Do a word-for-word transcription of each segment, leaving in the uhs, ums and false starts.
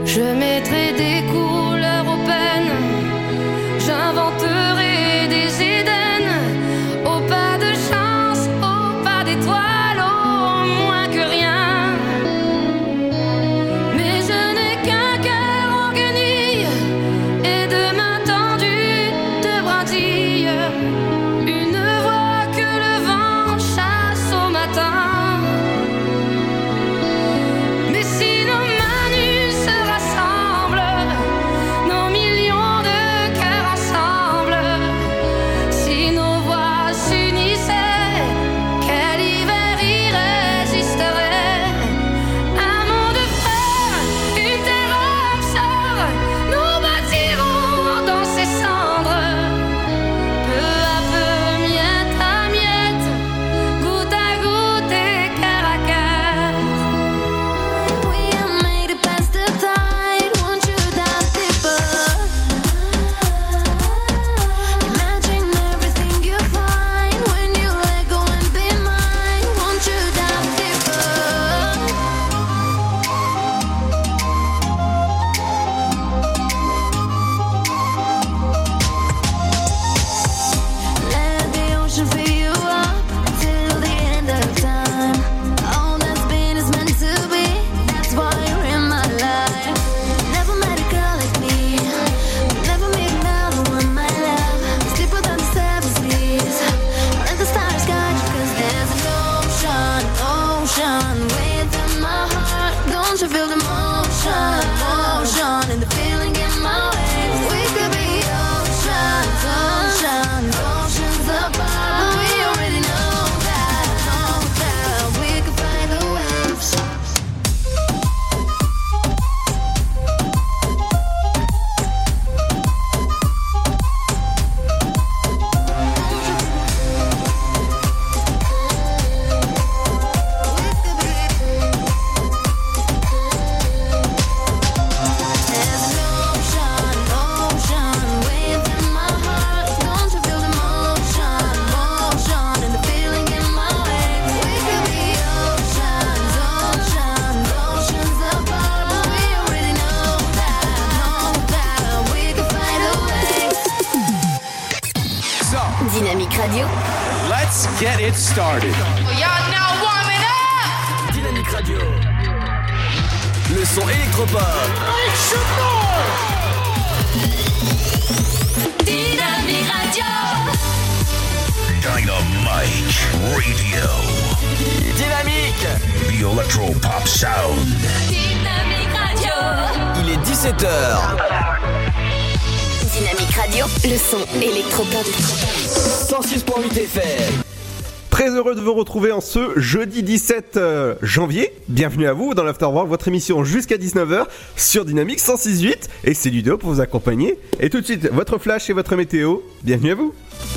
Je mettrai des couleurs aux peines, j'inventerai des Éden, au pas de chance, au pas d'étoiles, au moins que rien. Mais je n'ai qu'un cœur en guenilles et de mains tendues de brindilles, une voix que le vent chasse au matin. Mais si nos mains nues se rassemblent, nos millions de cœurs ensemble, si nos voix s'unissaient, quel hiver y résisterait? Un monde frère, une terre âme sœur, nous bâtirons dans ces cendres, peu à peu, miette à miette, goutte à goutte et cœur à cœur. We have made it past the tide, won't you dive deeper? Imagine everything you find when you let go and be mine, won't you dive deeper? Let the ocean fill you up till the end of time. All that's been is meant to be. That's why you're in my life. Never met a girl like me. Never meet another one, my love. Sleep without the seven seas. Let the stars guide you, 'cause there's an ocean, ocean within my heart. Don't you feel the motion, motion, and the feeling in my waves? We could be oceans, oceans, oceans apart. We already know that, know that we could find the waves. There's an ocean, ocean within my heart. Don't you feel the motion, motion, and the feeling in my waves? We could be oceans, oceans, oceans apart. But we already know that, know that we could find a way. So, Dynamique Radio. let's get it started. Y'all now warming up! Dynamique Radio. Le son électropop. Dynamique Radio. Dynamite Radio. Dynamique. The Electro-Pop Sound. Dynamique Radio. Il est dix-sept heures. Dynamique Radio. Le son électropop. cent six virgule huit F M. Très heureux de vous retrouver en ce jeudi dix-sept janvier. Bienvenue à vous dans l'Afterwork, votre émission jusqu'à dix-neuf heures sur Dynamique cent six virgule huit. Et c'est Ludo pour vous accompagner. Et tout de suite, votre flash et votre météo. Bienvenue à vous.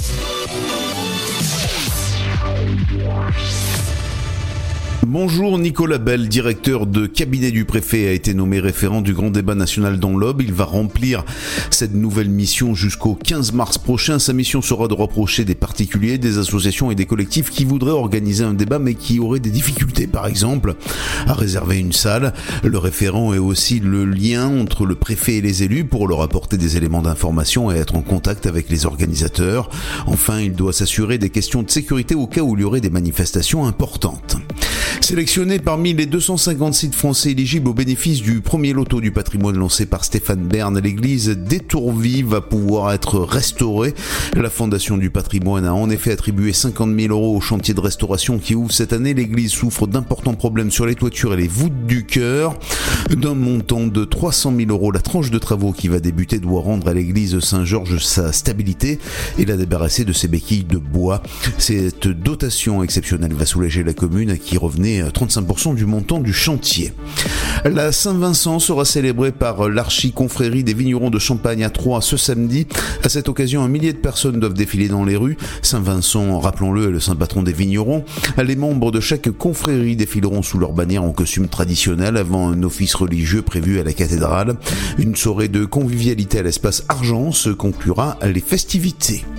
Bonjour, Nicolas Bell, directeur de cabinet du préfet, a été nommé référent du grand débat national dans l'Aube. Il va remplir cette nouvelle mission jusqu'au quinze mars prochain. Sa mission sera de rapprocher des particuliers, des associations et des collectifs qui voudraient organiser un débat mais qui auraient des difficultés, par exemple, à réserver une salle. Le référent est aussi le lien entre le préfet et les élus pour leur apporter des éléments d'information et être en contact avec les organisateurs. Enfin, il doit s'assurer des questions de sécurité au cas où il y aurait des manifestations importantes. Sélectionné parmi les deux cent cinquante sites français éligibles au bénéfice du premier loto du patrimoine lancé par Stéphane Bern, l'église d'Étourville va pouvoir être restaurée. La Fondation du patrimoine a en effet attribué cinquante mille euros au chantier de restauration qui ouvre cette année. L'église souffre d'importants problèmes sur les toitures et les voûtes du chœur. D'un montant de trois cent mille euros, la tranche de travaux qui va débuter doit rendre à l'église Saint-Georges sa stabilité et la débarrasser de ses béquilles de bois. Cette dotation exceptionnelle va soulager la commune qui revenait à trente-cinq pour cent du montant du chantier. La Saint-Vincent sera célébrée par l'archiconfrérie des vignerons de Champagne à Troyes ce samedi. À cette occasion, un millier de personnes doivent défiler dans les rues. Saint-Vincent, rappelons-le, est le saint patron des vignerons. Les membres de chaque confrérie défileront sous leur bannière en costume traditionnel avant un office religieux prévu à la cathédrale. Une soirée de convivialité à l'espace Argent se conclura les festivités.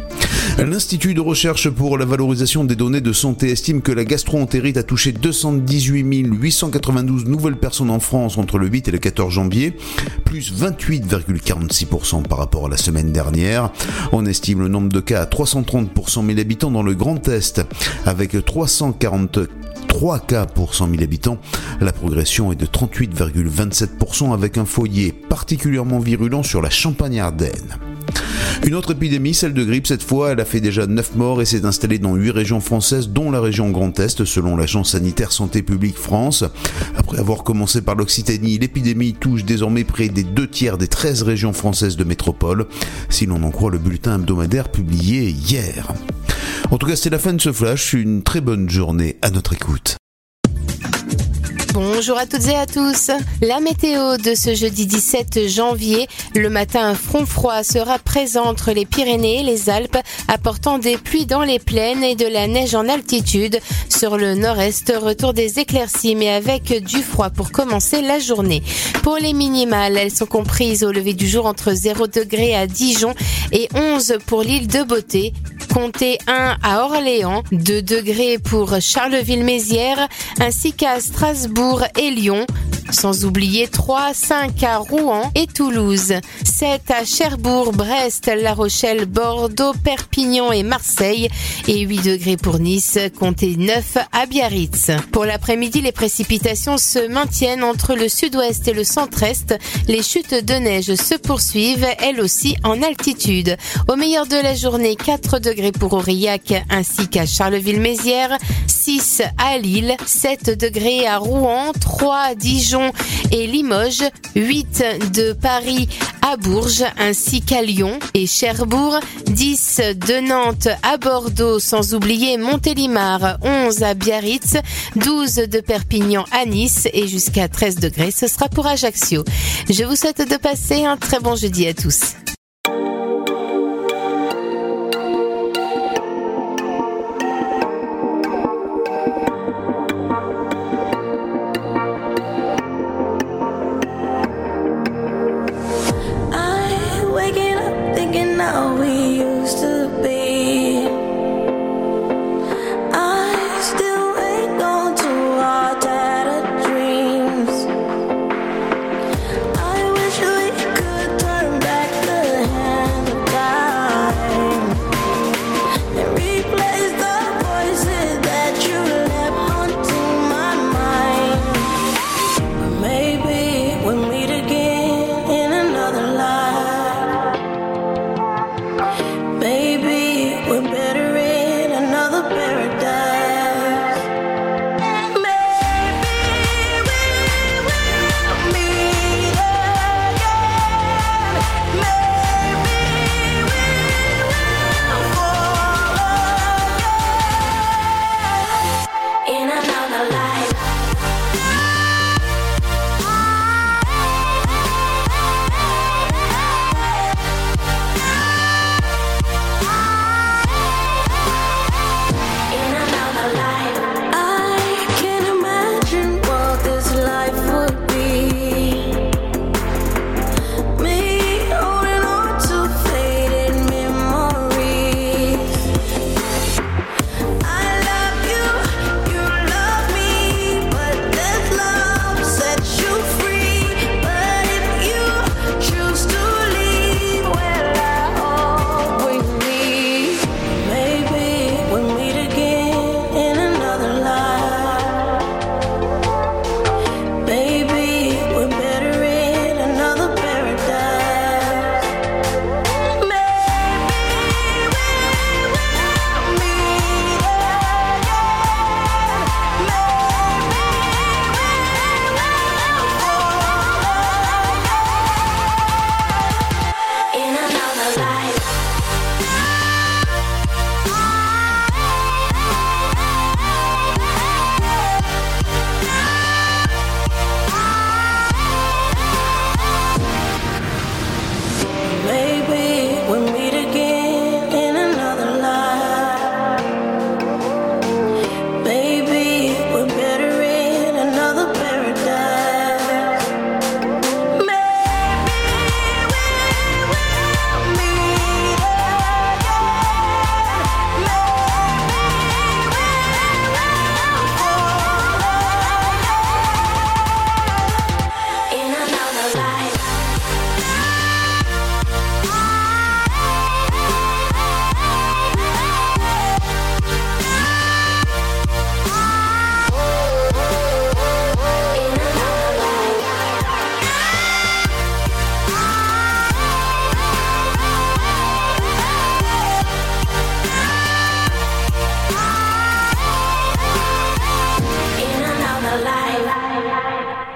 L'Institut de recherche pour la valorisation des données de santé estime que la gastro-entérite a touché deux cent dix-huit mille huit cent quatre-vingt-douze nouvelles personnes en France entre le huit et le quatorze janvier, plus vingt-huit virgule quarante-six pour cent par rapport à la semaine dernière. On estime le nombre de cas à trois cent trente pour cent mille habitants dans le Grand Est, avec trois cent quarante-trois cas pour cent mille habitants. La progression est de trente-huit virgule vingt-sept pour cent avec un foyer particulièrement virulent sur la Champagne-Ardenne. Une autre épidémie, celle de grippe cette fois, elle a fait déjà neuf morts et s'est installée dans huit régions françaises, dont la région Grand Est, selon l'Agence sanitaire Santé publique France. Après avoir commencé par l'Occitanie, l'épidémie touche désormais près des deux tiers des treize régions françaises de métropole, si l'on en croit le bulletin hebdomadaire publié hier. En tout cas, c'est la fin de ce flash, une très bonne journée à notre écoute. Bonjour à toutes et à tous. La météo de ce jeudi dix-sept janvier. Le matin, un front froid sera présent entre les Pyrénées et les Alpes, apportant des pluies dans les plaines et de la neige en altitude. Sur le nord-est, retour des éclaircies, mais avec du froid pour commencer la journée. Pour les minimales, elles sont comprises au lever du jour entre zéro degré à Dijon et onze pour l'île de Beauté. Comptez un à Orléans, deux degrés pour Charleville-Mézières, ainsi qu'à Strasbourg et Lyon. Sans oublier trois, cinq à Rouen et Toulouse, sept à Cherbourg, Brest, La Rochelle, Bordeaux, Perpignan et Marseille et huit degrés pour Nice, comptez neuf à Biarritz. Pour l'après-midi, les précipitations se maintiennent entre le sud-ouest et le centre-est. Les chutes de neige se poursuivent, elles aussi en altitude. Au meilleur de la journée, quatre degrés pour Aurillac ainsi qu'à Charleville-Mézières, six à Lille, sept degrés à Rouen, trois à Dijon et Limoges, huit de Paris à Bourges ainsi qu'à Lyon et Cherbourg, dix de Nantes à Bordeaux, sans oublier Montélimar, onze à Biarritz, douze de Perpignan à Nice et jusqu'à treize degrés, ce sera pour Ajaccio. Je vous souhaite de passer un très bon jeudi à tous. I wish we could turn back the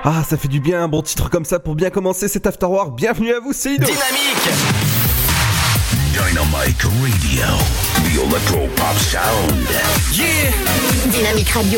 Ah, ça fait du bien un bon titre comme ça pour bien commencer cet After Work. Bienvenue à vous, c'est Ludo. Dynamique. Dynamic Radio. The Electro Pop Sound. Yeah. Dynamique Radio.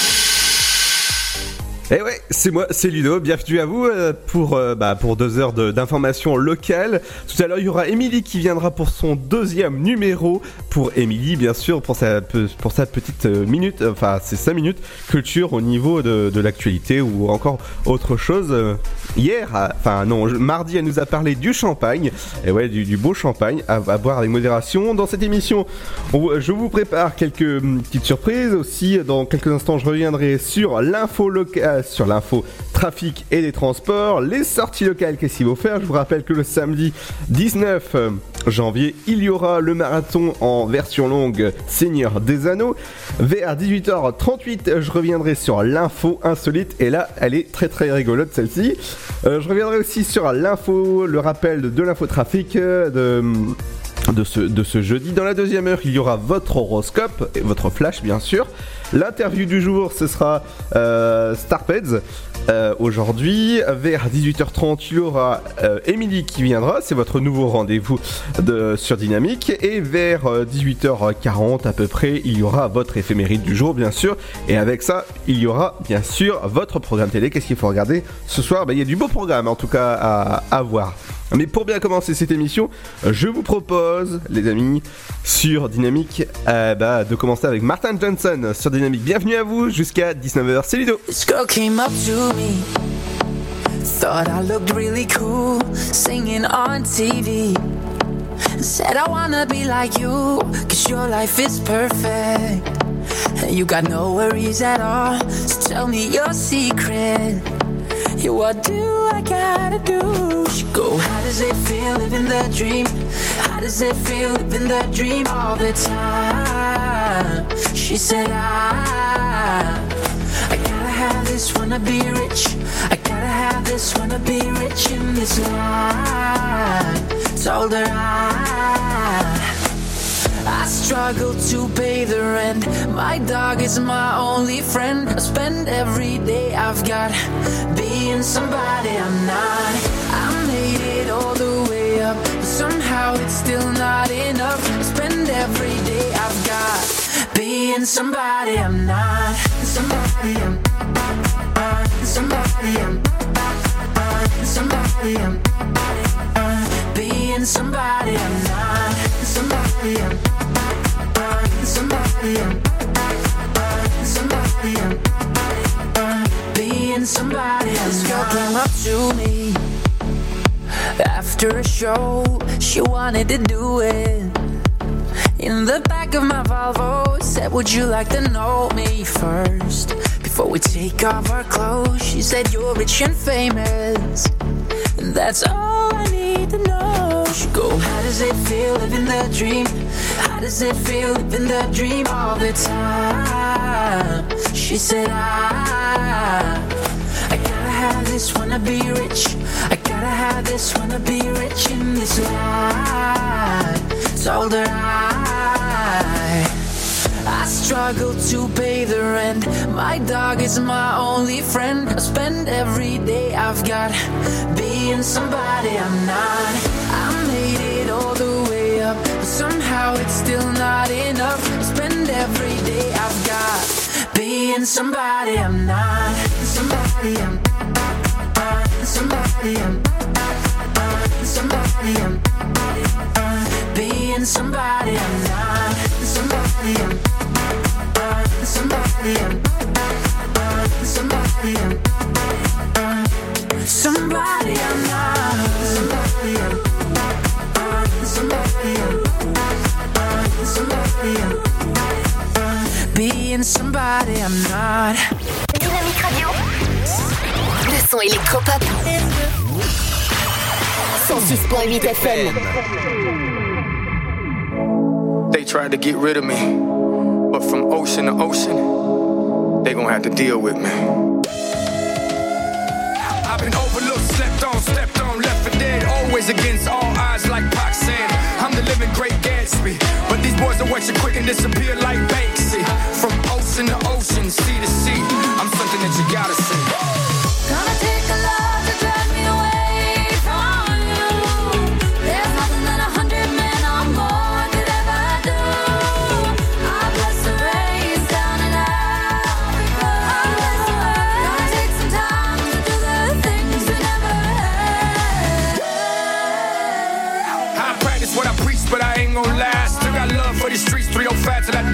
Eh ouais, c'est moi, c'est Ludo, bienvenue à vous euh, pour, euh, bah, pour deux heures de, d'informations locales. Tout à l'heure, il y aura Émilie qui viendra pour son deuxième numéro. Pour Émilie, bien sûr, pour sa, pour sa petite minute, enfin, c'est cinq minutes culture au niveau de, de l'actualité ou encore autre chose. Hier, enfin non, mardi, elle nous a parlé du champagne, et ouais, du, du beau champagne à, à boire avec modération. Dans cette émission, on, je vous prépare quelques petites surprises aussi. Dans quelques instants, je reviendrai sur l'info locale, sur l'info trafic et des transports, les sorties locales, qu'est-ce qu'il faut faire. Je vous rappelle que le samedi dix-neuf janvier, il y aura le marathon en version longue Seigneur des Anneaux. Vers dix-huit heures trente-huit, je reviendrai sur l'info insolite, et là, elle est très très rigolote celle-ci. Euh, je reviendrai aussi sur l'info, le rappel de, de l'infotrafic euh, de... De ce, de ce jeudi. Dans la deuxième heure, il y aura votre horoscope, et votre flash bien sûr. L'interview du jour, ce sera euh, Starpeds. Euh, aujourd'hui, vers dix-huit heures trente, il y aura euh, Émilie qui viendra, c'est votre nouveau rendez-vous de, sur Dynamique. Et vers euh, dix-huit heures quarante à peu près, il y aura votre éphéméride du jour, bien sûr. Et avec ça, il y aura bien sûr votre programme télé. Qu'est-ce qu'il faut regarder ce soir? Bah, il y a du beau programme en tout cas à, à voir. Mais pour bien commencer cette émission, je vous propose, les amis, sur Dynamique, euh, bah, de commencer avec Martin Johnson sur Dynamique. Bienvenue à vous jusqu'à dix-neuf heures, c'est Ludo. This girl came up to me, thought I looked really cool, singing on T V. Said I wanna be like you, cause your life is perfect. You got no worries at all, so tell me your secret. Yeah, what do I gotta do? She go, how does it feel living the dream? How does it feel living the dream all the time? She said, I, I gotta have this, wanna be rich. I gotta have this, wanna be rich in this life. Told her I, I struggle to pay the rent. My dog is my only friend. I spend every day I've got being somebody I'm not. I made it all the way up, but somehow it's still not enough. I spend every day I've got being somebody I'm not. Somebody I'm Somebody I'm Somebody I'm being somebody I'm not. Somebody I'm Somebody I'm Somebody I'm being somebody I'm This girl came up to me after a show. She wanted to do it in the back of my Volvo. Said, would you like to know me first before we take off our clothes? She said, you're rich and famous, and that's all I need to know. She go, how does it feel living the dream? How does it feel living the dream all the time? She said, I, I gotta have this, wanna be rich. I gotta have this, wanna be rich in this life. Told her I, I struggle to pay the rent. My dog is my only friend. I spend every day I've got being somebody I'm not. I made it all the way up, but somehow it's still not enough. I spend every day I've got being somebody I'm not. Somebody I'm Somebody I'm Somebody I'm being somebody I'm not. Somebody I'm Somebody I'm Somebody I'm Somebody I'm not. Somebody I'm Somebody I'm Somebody I'm being somebody I'm not. Dynamique Radio. Le son électropop. cent six point huit F M. They tried to get rid of me, but from ocean to ocean, they gon' have to deal with me. I've been overlooked, slept on, stepped on, left for dead. Always against all odds, like Pac said. I'm the living great Gatsby, but these boys will watch you quick and disappear like Banksy. From ocean to ocean, sea to sea, I'm something that you gotta see.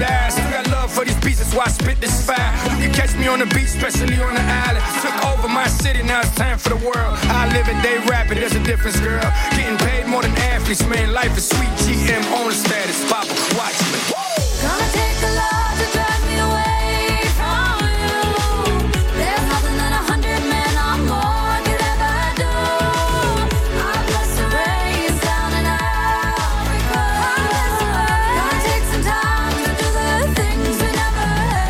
last. I got love for these beats, that's why I spit this fire. You can catch me on the beach, especially on the island. Took over my city, now it's time for the world. I live it, they rap it, there's a difference, girl. Getting paid more than athletes, man. Life is sweet. G M on the status, Papa, watch me. Gonna take a lot to drive me away from you. There's nothing that a hundred men or more could ever do. I bless the rains down in Africa. Gonna take some time to do the things we never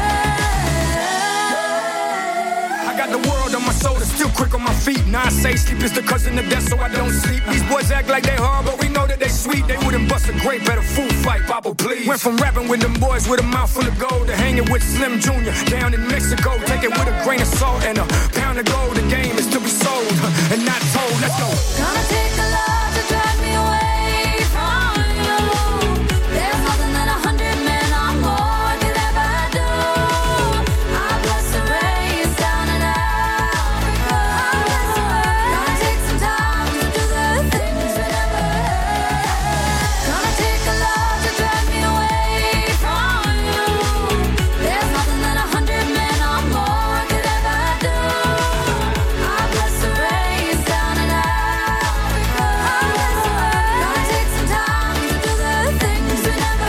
had. I got the world on my shoulders, still quick on my feet. Now I say sleep is the cousin of death, so I don't sleep. These boys act like they hard, but we know that they sweet. They wouldn't bust a grape at a food fight, Papa, please. Went from rapping with them boys with a mouth full of gold to hanging with Slim Junior down in Mexico. Take it with a grain of salt and a pound of gold. The game is to be sold and not told. Let's go. Gonna take a lot to drive me away from you. There's nothing that a hundred men or more could ever do. I bless the rains down in Africa. Gonna take some time to do the things we never had. Gonna take a lot to drive me away from you. There's nothing that a hundred men or more could ever do. I bless the rains down in Africa. Gonna take some time to do the things we never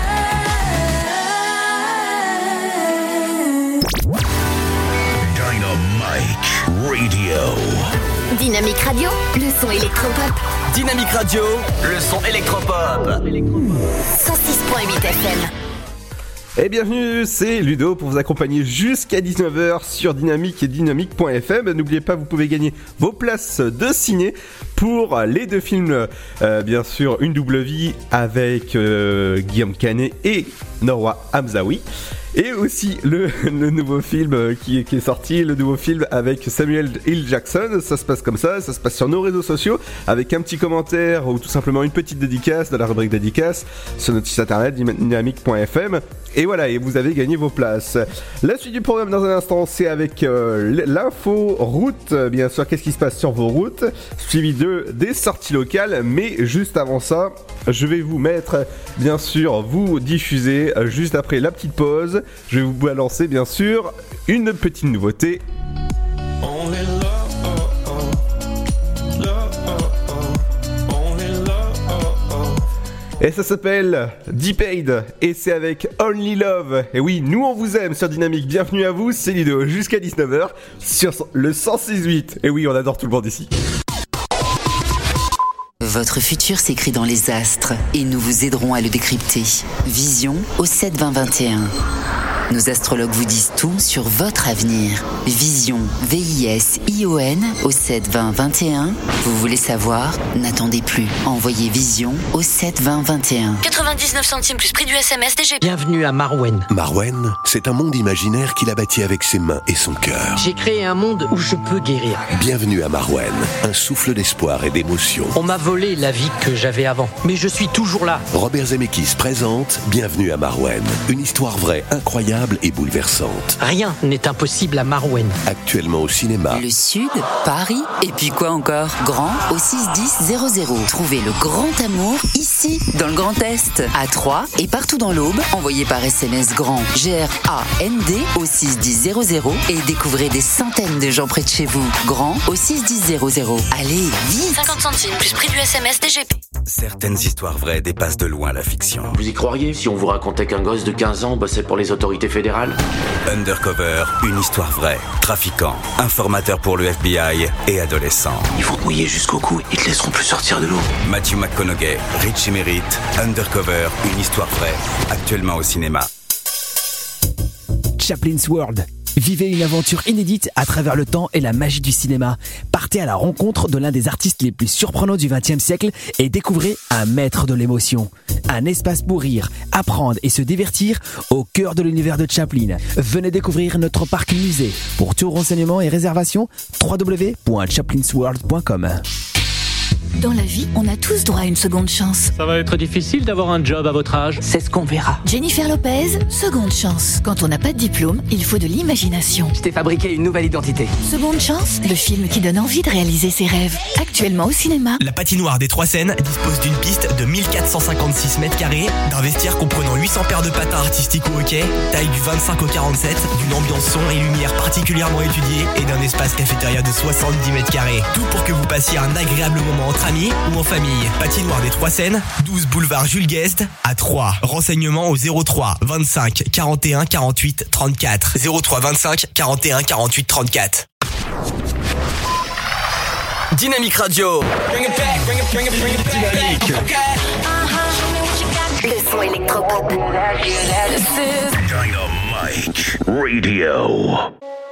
had. Dynamite Radio. Dynamique Radio, le son électropop. Dynamique Radio, le son électropop. cent six virgule huit F M. Et bienvenue, c'est Ludo pour vous accompagner jusqu'à dix-neuf heures sur Dynamique et dynamique point f m. N'oubliez pas, vous pouvez gagner vos places de ciné pour les deux films, euh, bien sûr, Une double vie avec euh, Guillaume Canet et Norwa Hamzaoui. Et aussi le, le nouveau film qui est, qui est sorti, le nouveau film avec Samuel L. Jackson. Ça se passe comme ça, ça se passe sur nos réseaux sociaux avec un petit commentaire ou tout simplement une petite dédicace de la rubrique dédicace sur notre site internet dynamique point f m. Et voilà, et vous avez gagné vos places. La suite du programme dans un instant, c'est avec euh, l'info route, bien sûr, qu'est-ce qui se passe sur vos routes, suivi de des sorties locales. Mais juste avant ça, je vais vous mettre, bien sûr, vous diffuser euh, juste après la petite pause. Je vais vous balancer, bien sûr, une petite nouveauté. Only love, oh, oh. Love, oh, oh. Only love, oh, oh. Et ça s'appelle D-Paid et c'est avec Only Love. Et oui, nous on vous aime sur Dynamique. Bienvenue à vous, c'est Ludo jusqu'à dix-neuf heures sur le cent six virgule huit. Et oui, on adore tout le monde ici. Votre futur s'écrit dans les astres et nous vous aiderons à le décrypter. Vision au sept vingt vingt et un. Nos astrologues vous disent tout sur votre avenir. Vision, V I S I O N au sept vingt vingt et un. Vous voulez savoir? N'attendez plus. Envoyez Vision au sept vingt vingt et un. quatre-vingt-dix-neuf centimes plus prix du S M S D G P. Bienvenue à Marwen. Marwen, c'est un monde imaginaire qu'il a bâti avec ses mains et son cœur. J'ai créé un monde où je peux guérir. Bienvenue à Marwen, un souffle d'espoir et d'émotion. On m'a volé la vie que j'avais avant, mais je suis toujours là. Robert Zemeckis présente Bienvenue à Marwen, une histoire vraie, incroyable et bouleversante. Rien n'est impossible à Marwen. Actuellement au cinéma. Le Sud, Paris, et puis quoi encore? Grand au six dix zéro zéro. Trouvez le grand amour ici, dans le Grand Est, à Troyes et partout dans l'Aube. Envoyez par S M S grand G R A N D au six dix zéro zéro et découvrez des centaines de gens près de chez vous. Grand au six dix zéro zéro. Allez, vite! cinquante centimes plus prix du S M S D G P. Certaines histoires vraies dépassent de loin la fiction. Vous y croiriez si on vous racontait qu'un gosse de quinze ans bossait pour les autorités fédérales? Undercover, une histoire vraie. Trafiquants, informateurs pour le F B I et adolescents. Ils vont te mouiller jusqu'au cou et te laisseront plus sortir de l'eau. Matthew McConaughey, Richie Merritt, Undercover, une histoire vraie. Actuellement au cinéma. Chaplin's World. Vivez une aventure inédite à travers le temps et la magie du cinéma. Partez à la rencontre de l'un des artistes les plus surprenants du vingtième siècle et découvrez un maître de l'émotion. Un espace pour rire, apprendre et se divertir au cœur de l'univers de Chaplin. Venez découvrir notre parc musée. Pour tout renseignement et réservation, w w w point chaplinsworld point com. Dans la vie, on a tous droit à une seconde chance. Ça va être difficile d'avoir un job à votre âge. C'est ce qu'on verra. Jennifer Lopez, seconde chance. Quand on n'a pas de diplôme, il faut de l'imagination. Je t'ai fabriqué une nouvelle identité. Seconde chance, le film qui donne envie de réaliser ses rêves. Actuellement au cinéma. La patinoire des Trois Seines dispose d'une piste de mille quatre cent cinquante-six mètres carrés, d'un vestiaire comprenant huit cents paires de patins artistiques ou hockey, taille du vingt-cinq au quarante-sept, d'une ambiance son et lumière particulièrement étudiée et d'un espace cafétéria de soixante-dix mètres carrés. Tout pour que vous passiez un agréable moment entre amis ou en famille. Patinoire des Trois Seines, douze boulevard Jules Guest à Troyes. Renseignements au zéro trois vingt-cinq quarante et un quarante-huit trente-quatre. zéro trois vingt-cinq quarante et un quarante-huit trente-quatre. Dynamique Radio. Dynamique. Le son électropop. Dynamique Radio.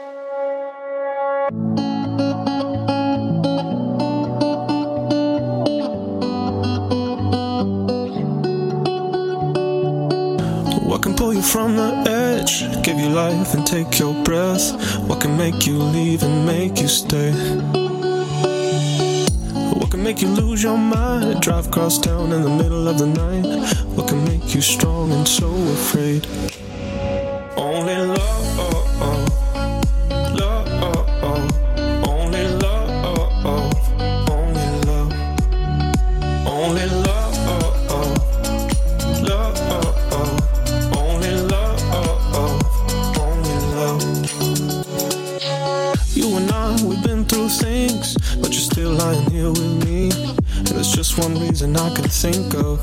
What can pull you from the edge, give you life and take your breath? What can make you leave and make you stay? What can make you lose your mind, drive across town in the middle of the night? What can make you strong and so afraid? Only love, love, only love, only love, only love. Things, but you're still lying here with me, and there's just one reason I can think of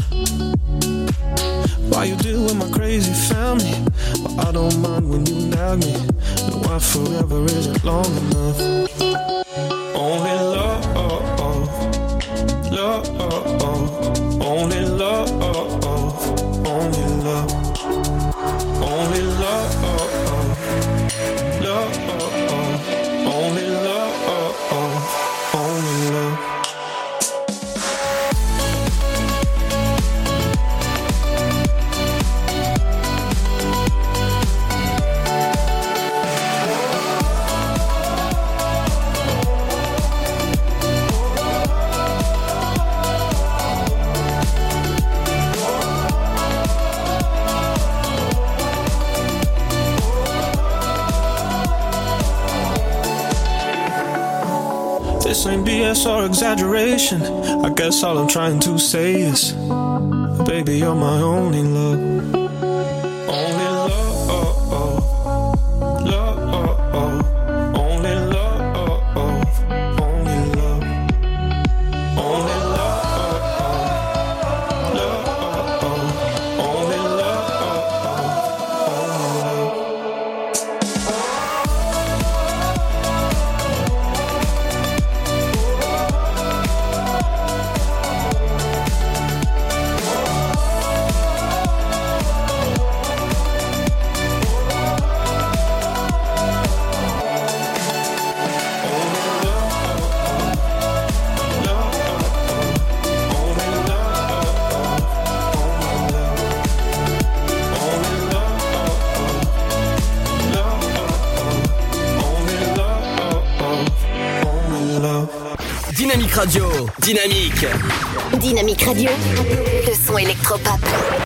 why you deal with my crazy family, but I don't mind when you nag me, and why forever isn't long enough. Only love, love, only love, only love, only love, love, only love. Only love. This ain't B S or exaggeration. I guess all I'm trying to say is, baby, you're my only love. Only love, love, only love, only love, only love, love, only love, only love. Dynamique Radio. Dynamique. Dynamique Radio. Le son électropop.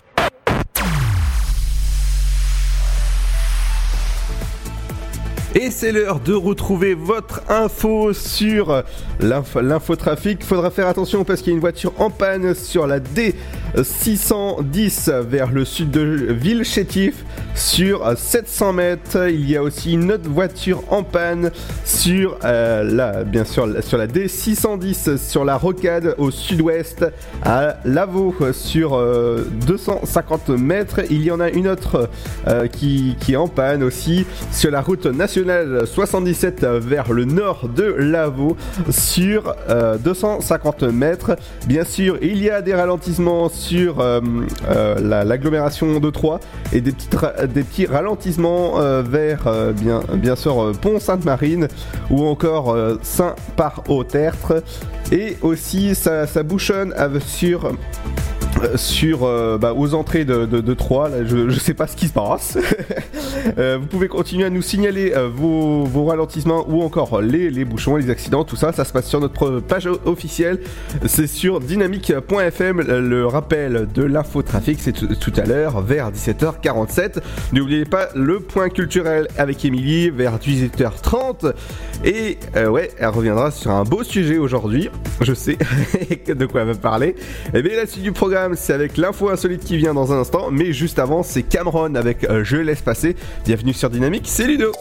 Et c'est l'heure de retrouver votre info sur l'info, l'infotrafic. Il faudra faire attention parce qu'il y a une voiture en panne sur la D six cent dix vers le sud de Villesétif sur sept cents mètres. Il y a aussi une autre voiture en panne sur euh, la, bien sûr, sur la D six cent dix sur la rocade au sud-ouest à Lavaux sur euh, deux cent cinquante mètres. Il y en a une autre euh, qui, qui est en panne aussi sur la route nationale soixante-dix-sept vers le nord de Lavaux sur euh, deux cent cinquante mètres. Bien sûr, il y a des ralentissements sur euh, euh, la, l'agglomération de Troyes et des, petites ra- des petits ralentissements euh, vers euh, bien, bien sûr euh, Pont-Sainte-Marine ou encore euh, Saint-Par-au-Tertre. Et aussi ça, ça bouchonne sur sur euh, bah, aux entrées de, de, de Troyes. Là, je, je sais pas ce qui se passe. euh, vous pouvez continuer à nous signaler euh, vos, vos ralentissements ou encore les, les bouchons, les accidents, tout ça. Ça se passe sur notre page officielle. C'est sur dynamique point f m. Le rappel de l'infotrafic, c'est tout, tout à l'heure vers dix-sept heures quarante-sept. N'oubliez pas le point culturel avec Émilie vers dix-huit heures trente. Et euh, ouais, elle reviendra sur un beau sujet aujourd'hui. Je sais de quoi elle va parler. Et bien la suite du programme, c'est avec l'info insolite qui vient dans un instant. Mais juste avant, c'est Cameron avec euh, Je laisse passer. Bienvenue sur Dynamique, c'est Ludo.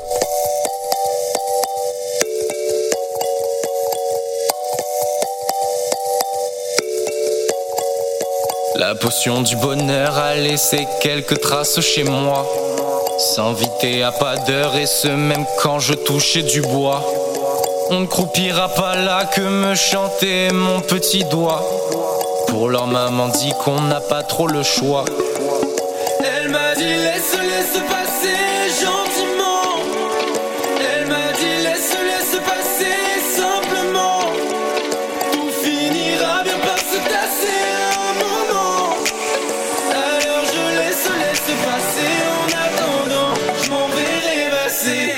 La potion du bonheur a laissé quelques traces chez moi. S'inviter à pas d'heure et ce même quand je touchais du bois. On ne croupira pas là que me chanter mon petit doigt. Pour leur maman dit qu'on n'a pas trop le choix. Elle m'a dit laisse, laisse passer gentiment. Elle m'a dit laisse, laisse passer simplement. Tout finira bien par se tasser un moment. Alors je laisse, laisse passer. En attendant, je m'en vais rêvasser.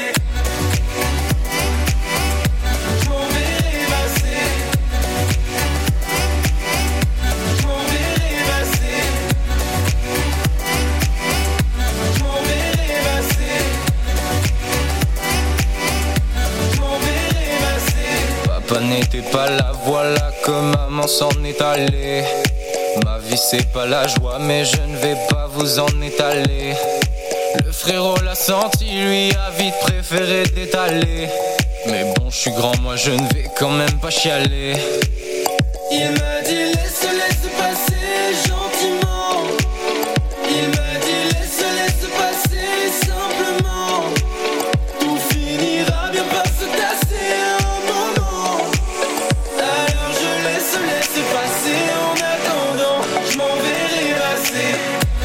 N'était pas là, voilà que maman s'en est allée. Ma vie c'est pas la joie, mais je ne vais pas vous en étaler. Le frérot l'a senti, lui a vite préféré d'étaler. Mais bon, je suis grand, moi je ne vais quand même pas chialer. Il m'a dit laisse, laisse passer gentiment. Il m'a dit laisse, laisse passer simplement. Tout finira bien par se tasser un moment. Alors je laisse, laisse passer. En attendant, je m'en vais rêvasser.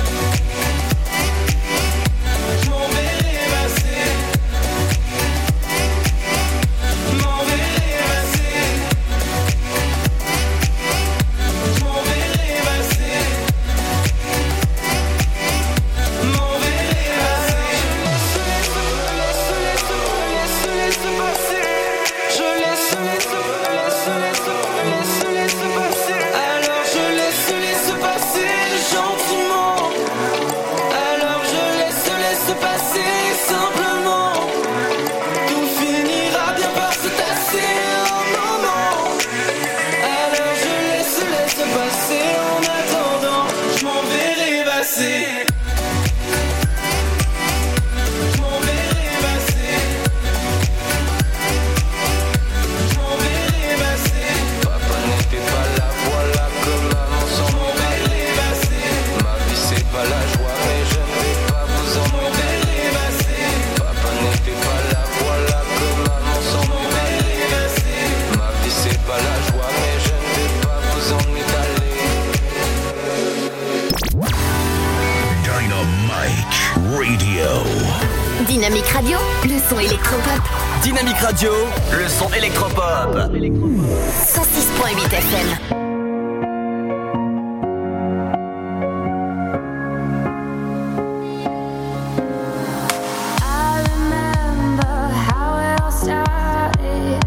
Je m'en vais rêvasser. M'en vais rêvasser. Je m'en vais rêvasser. M'en vais rêvasser. Laisse, laisse, laisse passer. Je laisse, laisse, laisse, laisse, laisse, laisse passer. Alors je laisse, laisse passer gentiment. Alors je laisse, laisse passer simplement. Tout finira bien par se tasser un moment. Alors je laisse, laisse passer. En attendant, je m'en vais rêvasser. Je m'en vais rêvasser. Je m'en vais rêvasser. Papa n'était pas là, voilà que maman s'en est allée. Ma vie c'est pas la joie, mais je ne vais pas vous en étaler. Papa n'était pas là, voilà que maman s'en est allée. Ma vie c'est pas la joie, mais je ne vais pas vous en étaler. Dynamique Radio. Dynamique Radio, le son électropop. Dynamique Radio, le son électropop. cent six point huit F M. I remember how it all started.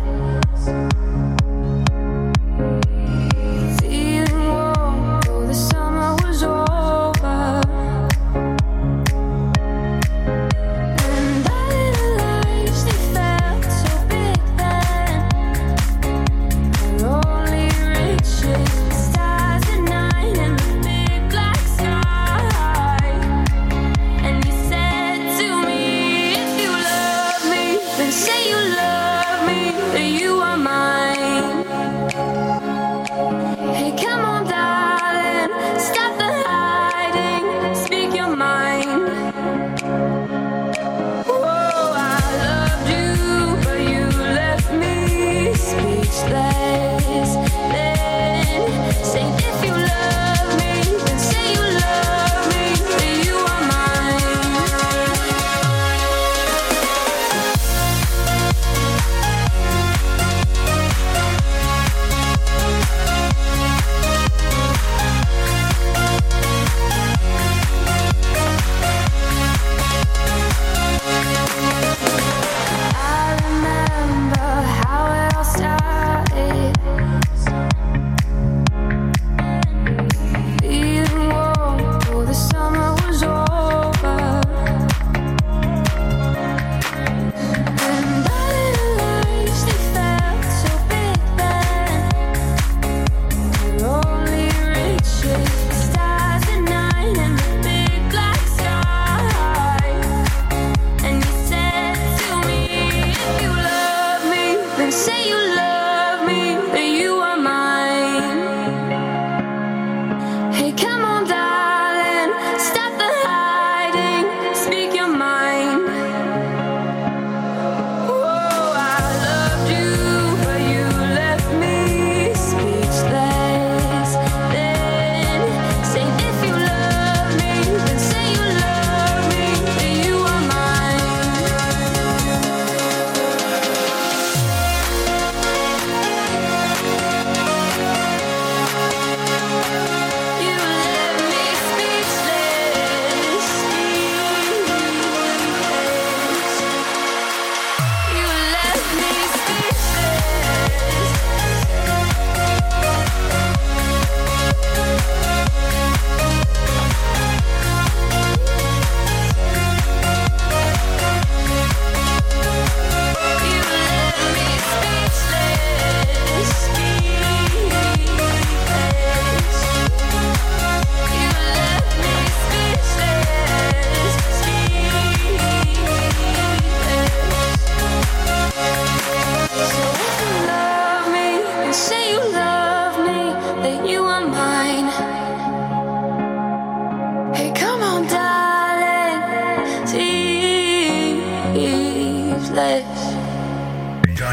Feeling warm, though the summer was over. And our little lives, they felt so big then. We're only reaching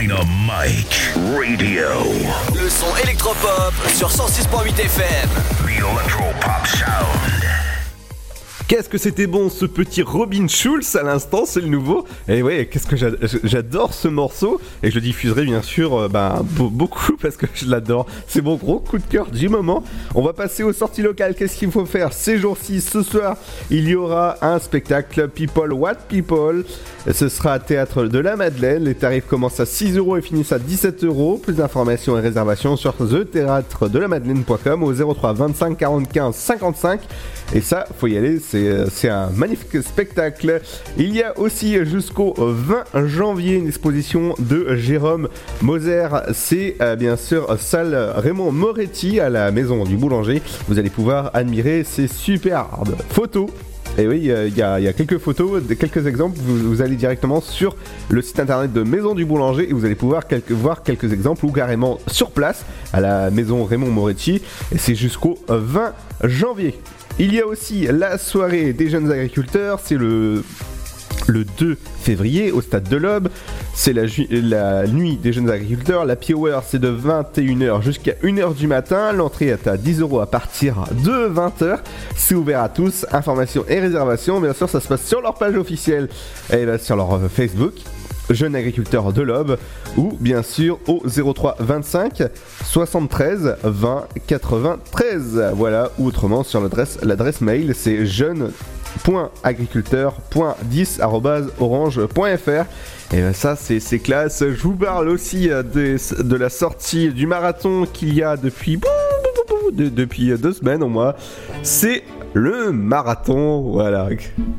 Dynamite Radio. Le son électropop sur cent six point huit F M. The Electropop Sound. Qu'est-ce que c'était bon ce petit Robin Schulz à l'instant, c'est le nouveau. Et ouais, qu'est-ce que j'adore, j'adore ce morceau. Et je le diffuserai bien sûr euh, ben, beaucoup parce que je l'adore. C'est mon gros coup de cœur du moment. On va passer aux sorties locales. Qu'est-ce qu'il faut faire ces jours-ci? Ce soir, il y aura un spectacle People What People. Ce sera à Théâtre de la Madeleine. Les tarifs commencent à six euros et finissent à dix-sept euros. Plus d'informations et réservations sur the théâtre de la madeleine point com au zéro trois vingt-cinq quarante-quinze cinquante-cinq. Et ça, faut y aller, c'est, c'est un magnifique spectacle. Il y a aussi jusqu'au vingt janvier une exposition de Jérôme Moser. C'est euh, bien sûr salle Raymond Moretti à la Maison du Boulanger. Vous allez pouvoir admirer ces superbes photos. Et oui, il y, y a quelques photos, quelques exemples. Vous, vous allez directement sur le site internet de Maison du Boulanger et vous allez pouvoir quelques, voir quelques exemples ou carrément sur place à la Maison Raymond Moretti. Et c'est jusqu'au vingt janvier. Il y a aussi la soirée des jeunes agriculteurs, c'est le, le deux février au stade de l'Aube. C'est la, ju- la nuit des jeunes agriculteurs. La Happy Hour, c'est de vingt et une heures jusqu'à une heure du matin. L'entrée est à dix euros à partir de vingt heures. C'est ouvert à tous. Informations et réservations, bien sûr, ça se passe sur leur page officielle et là, sur leur Facebook. Jeunes agriculteurs de l'Aube ou bien sûr au zéro trois vingt-cinq soixante-treize vingt quatre-vingt-treize. Voilà, ou autrement sur l'adresse, l'adresse mail, c'est jeune point agriculteur point dix arobase orange point f r. Et ben ça c'est, c'est classe. Je vous parle aussi de, de la sortie du marathon qu'il y a depuis, de, depuis deux semaines au moins. C'est le marathon, voilà.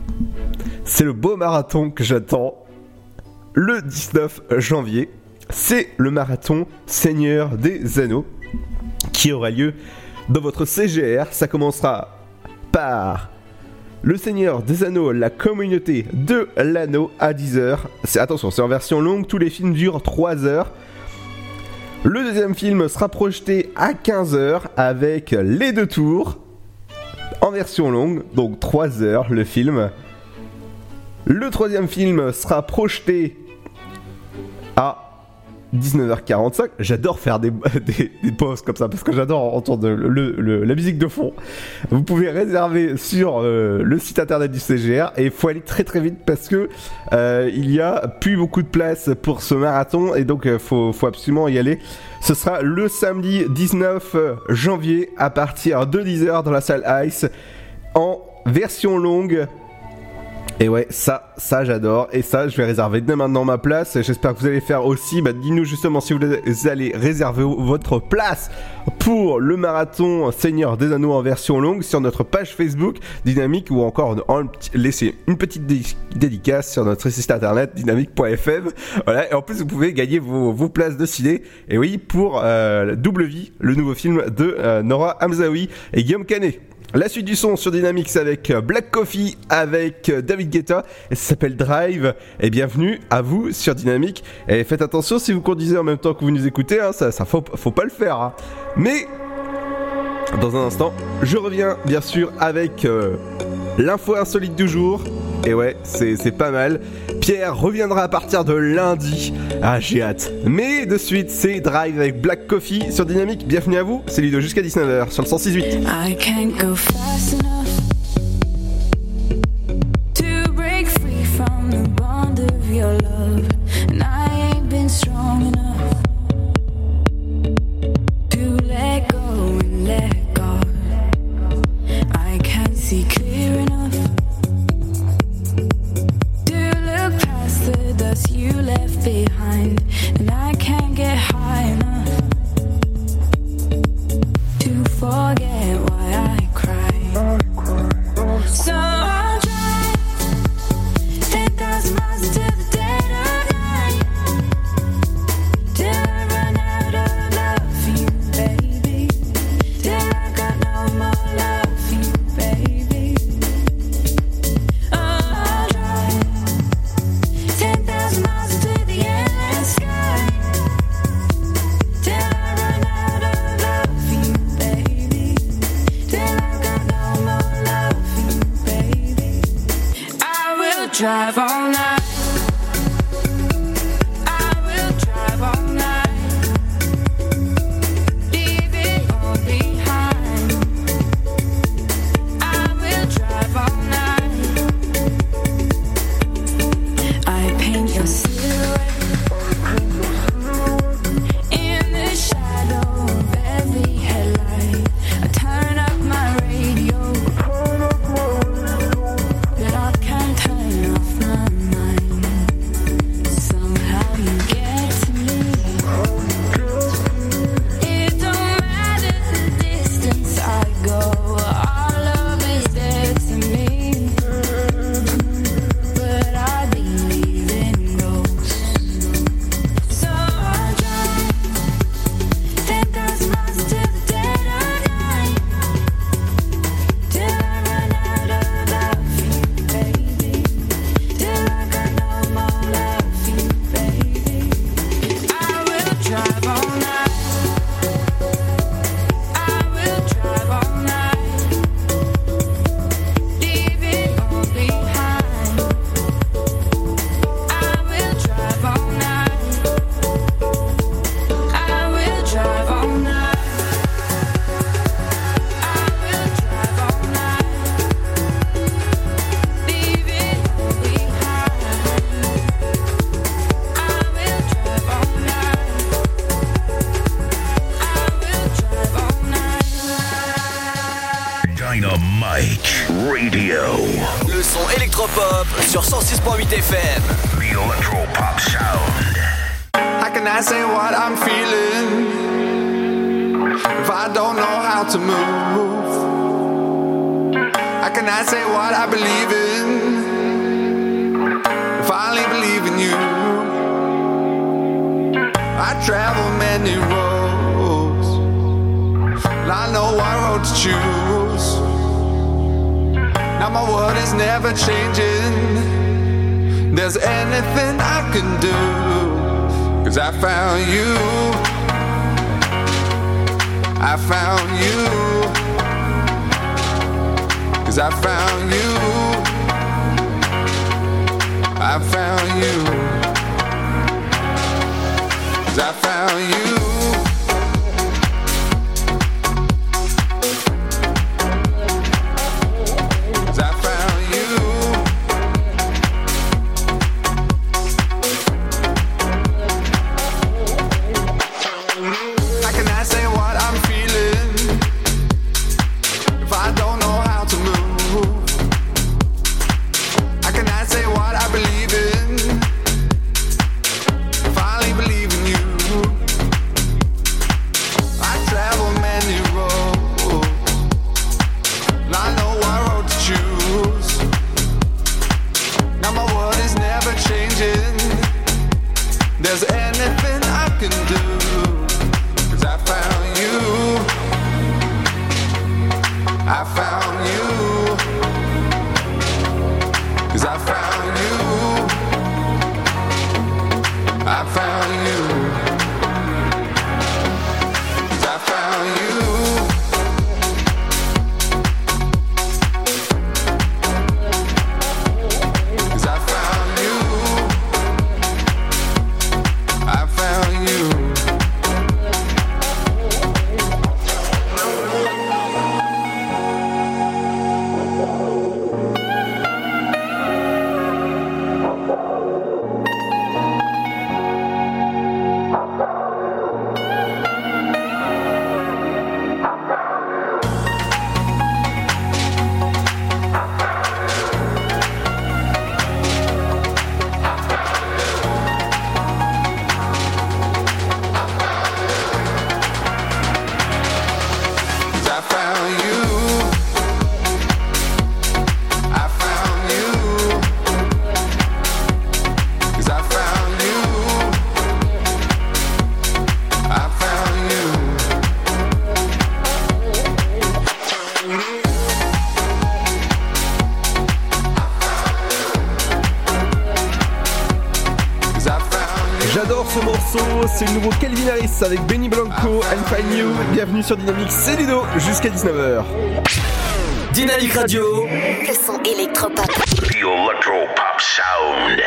C'est le beau marathon que j'attends. Le dix-neuf janvier, c'est le marathon Seigneur des Anneaux qui aura lieu dans votre C G R. Ça commencera par le Seigneur des Anneaux, la communauté de l'anneau à dix heures. C'est, attention, c'est en version longue, tous les films durent trois heures. Le deuxième film sera projeté à quinze heures avec les deux tours en version longue, donc trois heures le film. Le troisième film sera projeté à dix-neuf heures quarante-cinq. J'adore faire des, des, des pauses comme ça parce que j'adore entendre le, le, la musique de fond. Vous pouvez réserver sur euh, le site internet du C G R et il faut aller très très vite parce que euh, il y a plus beaucoup de place pour ce marathon et donc euh, faut, faut absolument y aller. Ce sera le samedi dix-neuf janvier à partir de dix heures dans la salle Ice en version longue. Et ouais, ça, ça j'adore. Et ça, je vais réserver dès maintenant ma place. J'espère que vous allez faire aussi. Bah, dis-nous justement si vous allez réserver votre place pour le marathon Seigneur des Anneaux en version longue sur notre page Facebook Dynamique ou encore en, en, laisser une petite dé- dédicace sur notre site internet dynamique point f m. Voilà. Et en plus, vous pouvez gagner vos, vos places de ciné. Et oui, pour euh, Double Vie, le nouveau film de euh, Nora Hamzaoui et Guillaume Canet. La suite du son sur Dynamix avec Black Coffee, avec David Guetta, et ça s'appelle Drive, et bienvenue à vous sur Dynamique. Et faites attention si vous conduisez en même temps que vous nous écoutez, hein, ça, ça faut, faut pas le faire. Hein. Mais, dans un instant, je reviens bien sûr avec euh, l'info insolite du jour, et ouais, c'est, c'est pas mal. Pierre reviendra à partir de lundi. Ah, j'ai hâte. Mais de suite, c'est Drive avec Black Coffee sur Dynamique. Bienvenue à vous, c'est Ludo jusqu'à dix-neuf heures sur le cent six huit. I can't go fast enough to break free from the bond of your love, and I ain't been strong enough to let go and let God. I can't see clear enough to look past the dust you left behind, and I can't get high enough to forget why I cry. So I'll drive ten thousand miles until the dead of night, till I run out of love for you, baby, till I got no more love for you, baby. Oh, I'll drive ten thousand miles until the endless sky, till I run out of love for you, baby, till I got no more love for you, baby. I will drive all night, I will drive Dynamite Radio. Le son électropop sur cent six point huit F M. The Electropop Sound. How can I say what I'm feeling if I don't know how to move? How can I say what I believe in if I only believe in you? I travel many roads, and I know what road to choose. Now my world is never changing. There's anything I can do, 'cause I found you. I found you. 'Cause I found you. I found you. 'Cause I found you. C'est le nouveau Calvin Harris avec Benny Blanco, I Find You. Bienvenue sur Dynamique, c'est Ludo, jusqu'à dix-neuf heures. Dynamique Radio. Le son électropop. The Electropop Sound.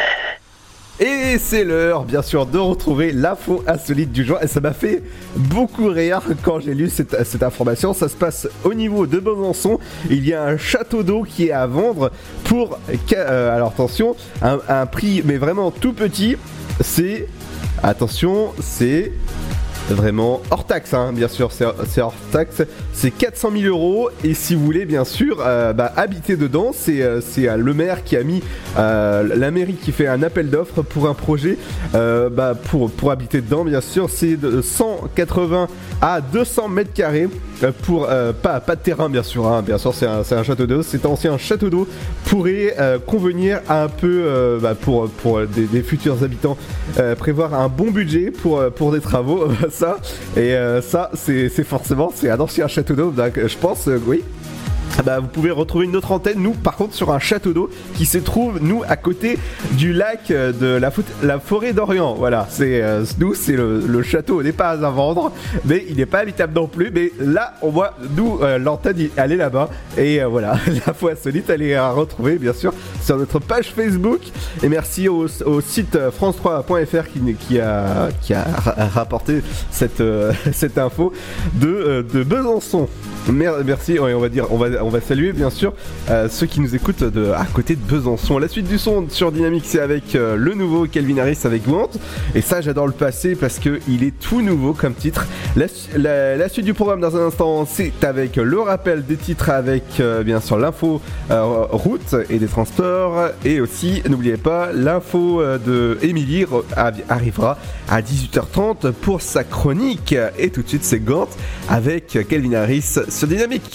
Et c'est l'heure, bien sûr, de retrouver l'info insolite du jour. Et ça m'a fait beaucoup rire quand j'ai lu cette, cette information. Ça se passe au niveau de Besançon. Il y a un château d'eau qui est à vendre pour, euh, alors attention, un, un prix, mais vraiment tout petit. C'est... Attention, c'est vraiment hors taxe, hein, bien sûr, c'est, c'est hors taxe, c'est quatre cent mille euros. Et si vous voulez, bien sûr, euh, bah, habiter dedans, c'est, euh, c'est euh, le maire qui a mis, euh, la mairie qui fait un appel d'offres pour un projet euh, bah, pour, pour habiter dedans, bien sûr. C'est de cent quatre-vingts à deux cents mètres carrés pour euh, pas, pas de terrain, bien sûr, hein, bien sûr, c'est un, c'est un château d'eau, cet ancien château d'eau pourrait euh, convenir à un peu euh, bah, pour, pour des, des futurs habitants, euh, prévoir un bon budget pour, pour des travaux. Ça, et euh, ça c'est, c'est forcément c'est un ancien château d'eau, donc je pense euh, oui. Bah, vous pouvez retrouver une autre antenne, nous par contre sur un château d'eau qui se trouve nous à côté du lac de la, fo- la forêt d'Orient. Voilà, c'est euh, nous c'est le, le château n'est pas à vendre, mais il n'est pas habitable non plus. Mais là on voit nous euh, l'antenne elle est là-bas et euh, voilà, l'info insolite elle est à retrouver bien sûr sur notre page Facebook. Et merci au, au site france trois point f r qui, qui a qui a rapporté cette euh, cette info de euh, de Besançon. Merci, ouais, on va dire on va on va saluer bien sûr euh, ceux qui nous écoutent de, à côté de Besançon. La suite du son sur Dynamique, c'est avec euh, le nouveau Calvin Harris avec Want. Et ça, j'adore le passer parce qu'il est tout nouveau comme titre. La, la, la suite du programme dans un instant, c'est avec le rappel des titres avec euh, bien sûr l'info euh, route et des transports. Et aussi, n'oubliez pas, l'info euh, de Émilie arrivera à dix-huit heures trente pour sa chronique. Et tout de suite, c'est Gant avec Calvin Harris sur Dynamique.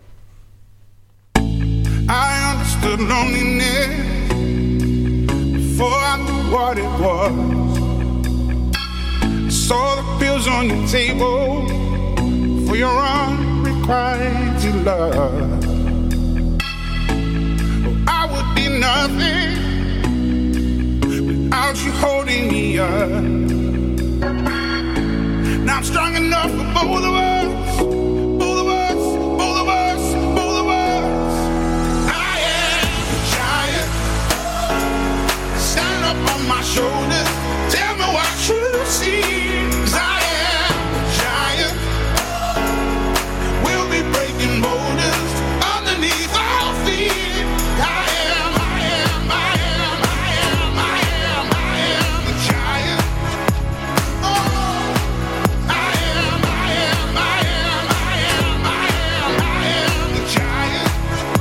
I understood loneliness before I knew what it was. I saw the pills on your table for your unrequited love. Oh, I would be nothing without you holding me up. Now I'm strong enough for both of us. My shoulders, tell me what you see. 'Cause I am a giant. We'll be breaking boulders underneath our feet. I am, I am, I am, I am, I am, I am a giant. Oh, I am, I am, I am, I am, I am, I am a giant.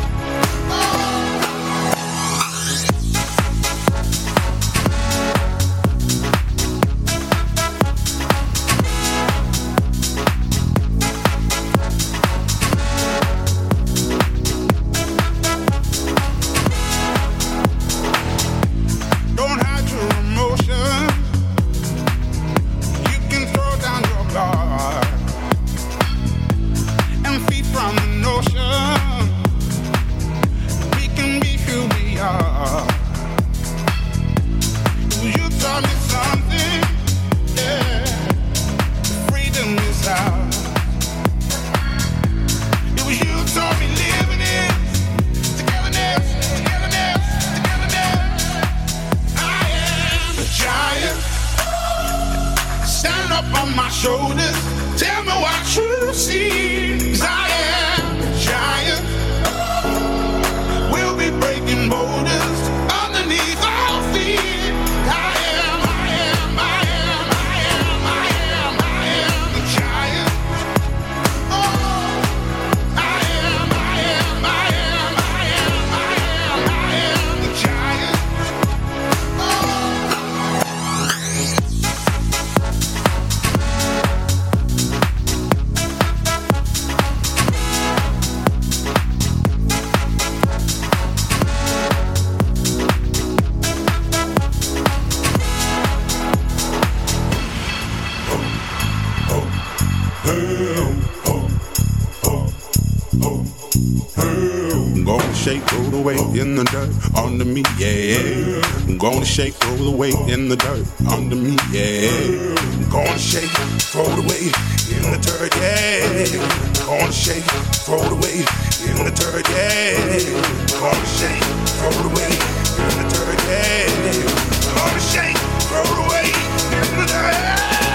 In the dirt under me, yeah. I'm gonna shake, throw the weight in the dirt under me, yeah. I'm gonna shake, throw the weight in the dirt, yeah. I'm gonna shake, throw the weight in the dirt, yeah. I'm gonna shake, throw the weight in the dirt, yeah. I'm gonna shake, throw the weight in the dirt, yeah.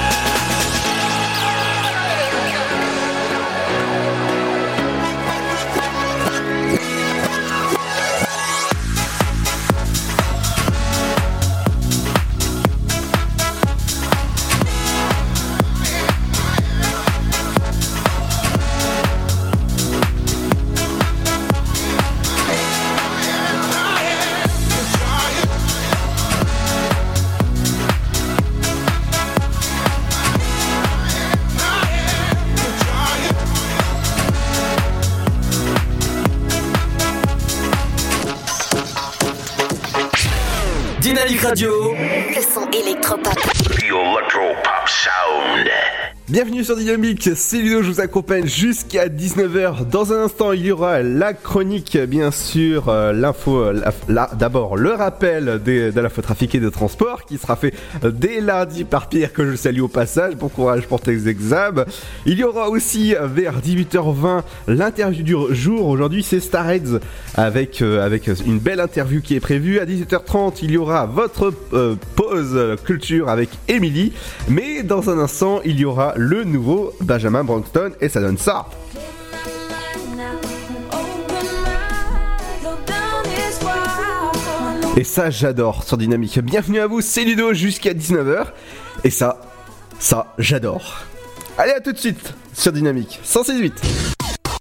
Dynamique Radio. Le son électropop. The Electropop Sound. Bienvenue sur Dynamique, c'est Ludo, je vous accompagne jusqu'à dix-neuf heures. Dans un instant, il y aura la chronique, bien sûr, euh, l'info, la, la, d'abord le rappel des, de l'infotrafic et des transports qui sera fait dès lundi par Pierre, que je salue au passage. Bon courage pour tes examens. Il y aura aussi vers dix-huit heures vingt l'interview du jour. Aujourd'hui, c'est Starheads avec, euh, avec une belle interview qui est prévue. À dix-huit heures trente, il y aura votre euh, pause culture avec Émilie. Mais dans un instant, il y aura le nouveau Benjamin Broxton et ça donne ça. Oh Et ça, j'adore sur Dynamique. Bienvenue à vous, c'est Ludo jusqu'à dix-neuf heures. Et ça, ça, j'adore. Allez, à tout de suite sur Dynamique cent six virgule huit.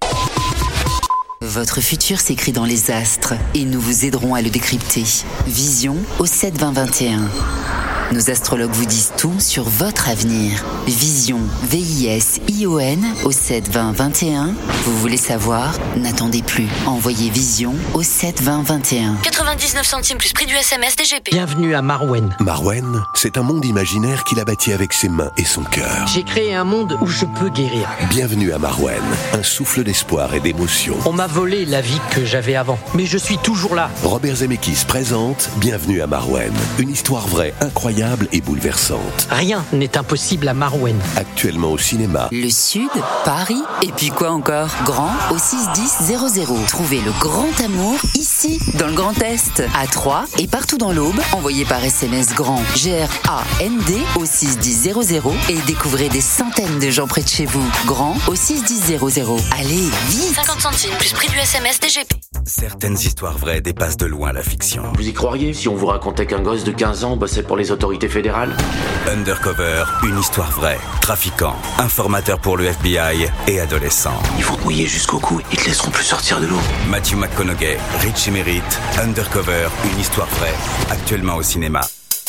Votre futur s'écrit dans les astres et nous vous aiderons à le décrypter. Vision au sept vingt vingt et un. Nos astrologues vous disent tout sur votre avenir. Vision, V I S I O N au sept vingt vingt et un. Vous voulez savoir? N'attendez plus. Envoyez Vision au sept vingt vingt et un. quatre-vingt-dix-neuf centimes plus prix du S M S D G P. Bienvenue à Marwen. Marwen, c'est un monde imaginaire qu'il a bâti avec ses mains et son cœur. J'ai créé un monde où je peux guérir. Bienvenue à Marwen, un souffle d'espoir et d'émotion. On m'a volé la vie que j'avais avant, mais je suis toujours là. Robert Zemeckis présente Bienvenue à Marwen, une histoire vraie, incroyable et bouleversante. Rien n'est impossible à Marwen. Actuellement au cinéma. Le Sud, Paris, et puis quoi encore? Grand au six dix zéro zéro. Trouvez le grand amour ici, dans le Grand Est, à Troyes et partout dans l'Aube. Envoyez par S M S grand G R A N D au six dix zéro zéro et découvrez des centaines de gens près de chez vous. Grand au six dix zéro zéro. Allez, vite! cinquante centimes plus prix du S M S D G P. Certaines histoires vraies dépassent de loin la fiction. Vous y croiriez si on vous racontait qu'un gosse de quinze ans bossait pour les autorités fédérales? Undercover, une histoire vraie. Trafiquants, informateurs pour le F B I et adolescents. Ils vont te mouiller jusqu'au cou, ils te laisseront plus sortir de l'eau. Matthew McConaughey, Richie Merritt, Undercover, une histoire vraie. Actuellement au cinéma.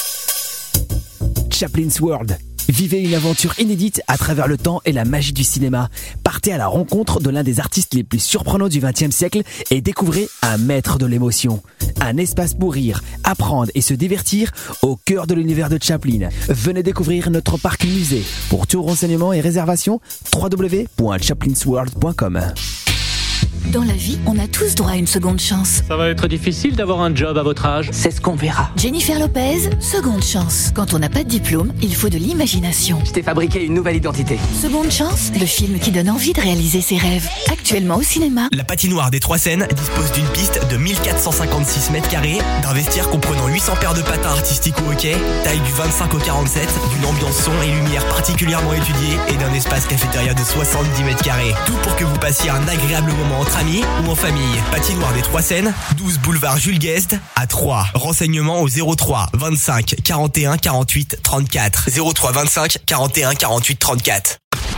Chaplin's World. Vivez une aventure inédite à travers le temps et la magie du cinéma. Partez à la rencontre de l'un des artistes les plus surprenants du vingtième siècle et découvrez un maître de l'émotion. Un espace pour rire, apprendre et se divertir au cœur de l'univers de Chaplin. Venez découvrir notre parc musée. Pour tout renseignement et réservation, w w w point chaplins world point com. Dans la vie, on a tous droit à une seconde chance. Ça va être difficile d'avoir un job à votre âge. C'est ce qu'on verra. Jennifer Lopez, seconde chance. Quand on n'a pas de diplôme, il faut de l'imagination. Je t'ai fabriqué une nouvelle identité. Seconde chance, le film qui donne envie de réaliser ses rêves. Actuellement au cinéma. La patinoire des Trois Seines dispose d'une piste de mille quatre cent cinquante-six mètres carrés, d'un vestiaire comprenant huit cents paires de patins artistiques au hockey, taille du vingt-cinq au quarante-sept, d'une ambiance son et lumière particulièrement étudiée et d'un espace cafétéria de soixante-dix mètres carrés. Tout pour que vous passiez un agréable moment entre amis ou en famille. Patinoire des Trois Seines, douze boulevard Jules Guesde à Troyes. Renseignements au zéro trois vingt-cinq quarante et un quarante-huit trente-quatre. zéro trois vingt-cinq quarante et un quarante-huit trente-quatre.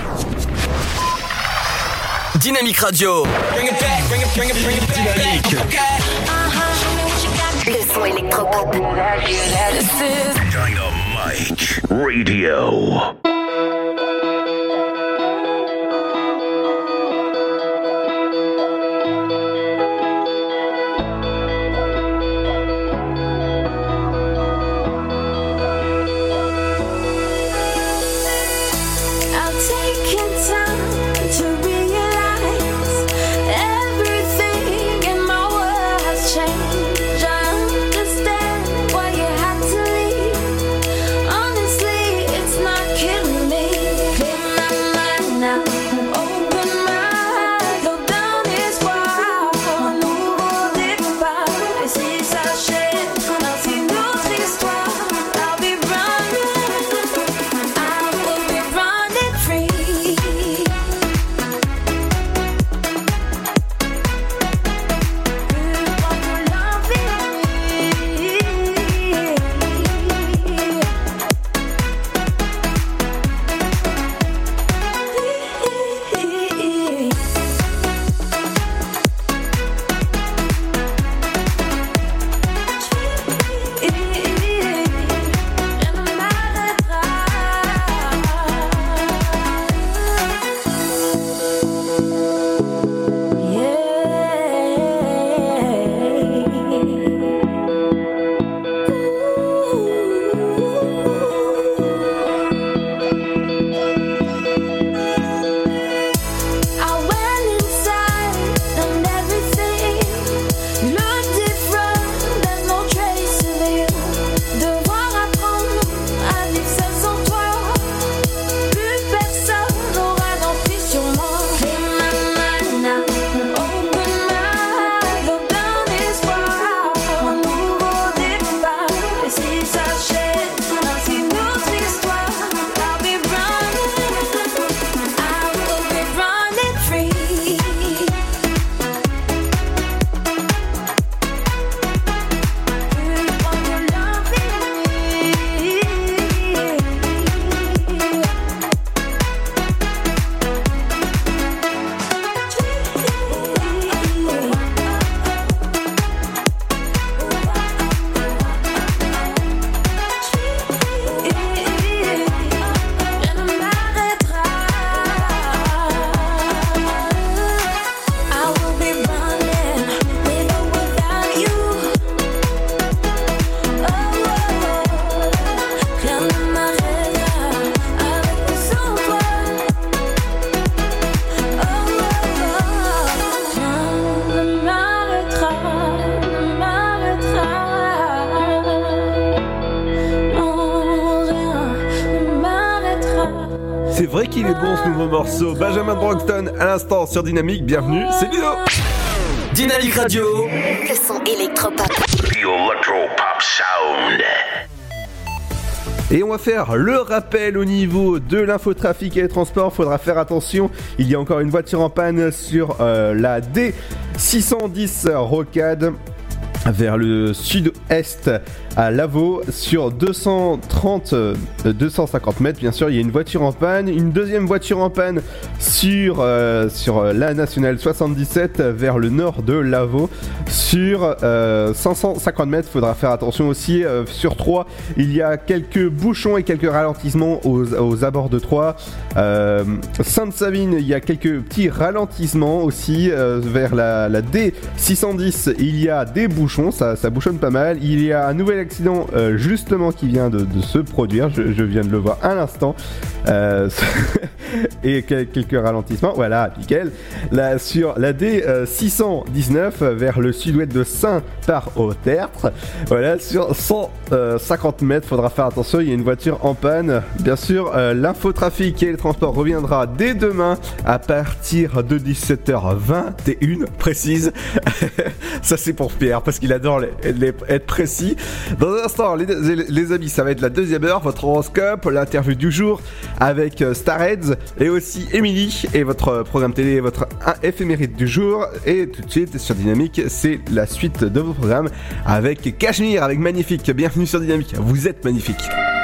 Dynamique Radio. Dynamique. Le son électropop. Dynamique Radio. Kill vrai qu'il est bon ce nouveau morceau. Benjamin Broxton à l'instant sur Dynamique, bienvenue, c'est Ludo. Dynamique Radio. Le son électropop. The Electropop Sound. Et on va faire le rappel au niveau de l'infotrafic et les transports. Faudra faire attention, il y a encore une voiture en panne sur euh, la D six cent dix Rocade vers le sud-est à Lavaux sur deux cent trente, euh, deux cent cinquante mètres. Bien sûr, il y a une voiture en panne, une deuxième voiture en panne sur, euh, sur la nationale soixante-dix-sept vers le nord de Lavaux sur euh, cinq cent cinquante mètres. Faudra faire attention aussi euh, sur Troyes. Il y a quelques bouchons et quelques ralentissements aux, aux abords de Troyes. Euh, Sainte-Savine, il y a quelques petits ralentissements aussi euh, vers la, la D six cent dix. Il y a des bouchons. Ça, ça bouchonne pas mal. Il y a un nouvel accident euh, justement qui vient de, de se produire. Je, je viens de le voir à l'instant. Euh, et quelques ralentissements. Voilà, nickel. Là, sur la D six cent dix-neuf vers le sud-ouest de Saint-Par-au-Tertre. Voilà, sur cent cinquante mètres. Faudra faire attention. Il y a une voiture en panne. Bien sûr, euh, l'infotrafic et le transport reviendra dès demain à partir de dix-sept heures vingt et une précise. Ça, c'est pour Pierre parce qu'il adore les, les, être précis. Dans un instant, les, les, les amis, ça va être la deuxième heure, votre horoscope, l'interview du jour avec euh, Starheads et aussi Émilie et votre programme télé, votre éphéméride du jour. Et tout de suite sur Dynamique, c'est la suite de vos programmes avec Cachemire, avec Magnifique. Bienvenue sur Dynamique, vous êtes magnifique.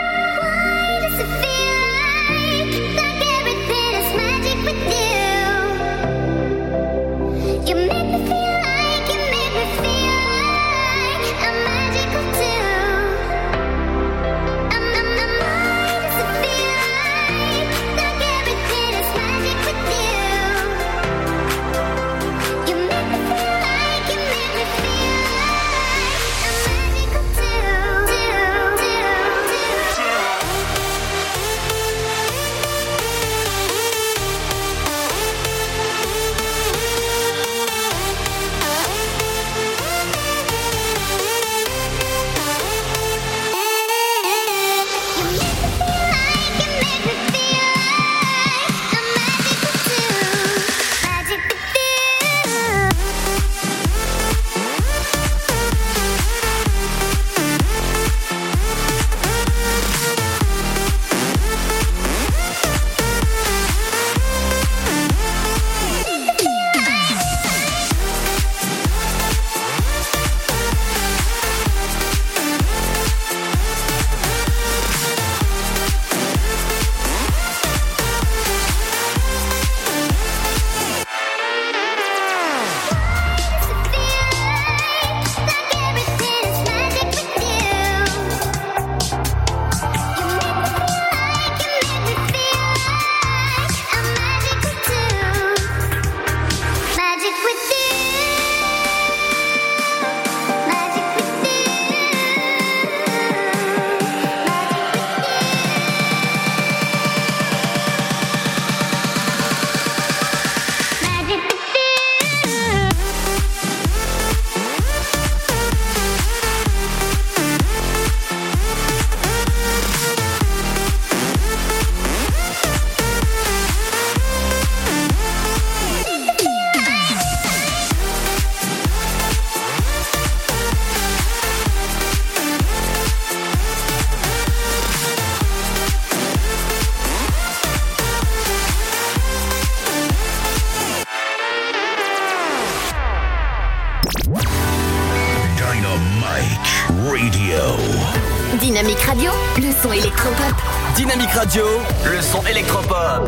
Dynamique Radio, le son électropop. Dynamique Radio, le son électropop.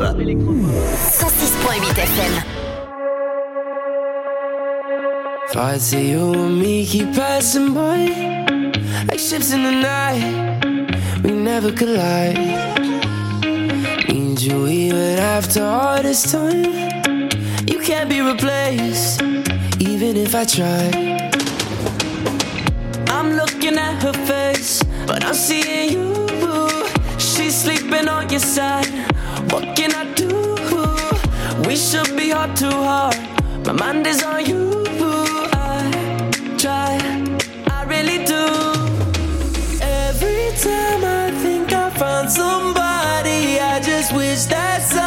cent six virgule huit F M. Thoughts of you and me keep passing by, like ships in the night, we never collide. Need you even after all this time, you can't be replaced, even if I try. I'm looking at her face, but I'm seeing you. She's sleeping on your side, what can I do? We should be heart to heart, my mind is on you. Try, I really do. Every time I think I found somebody, I just wish that somebody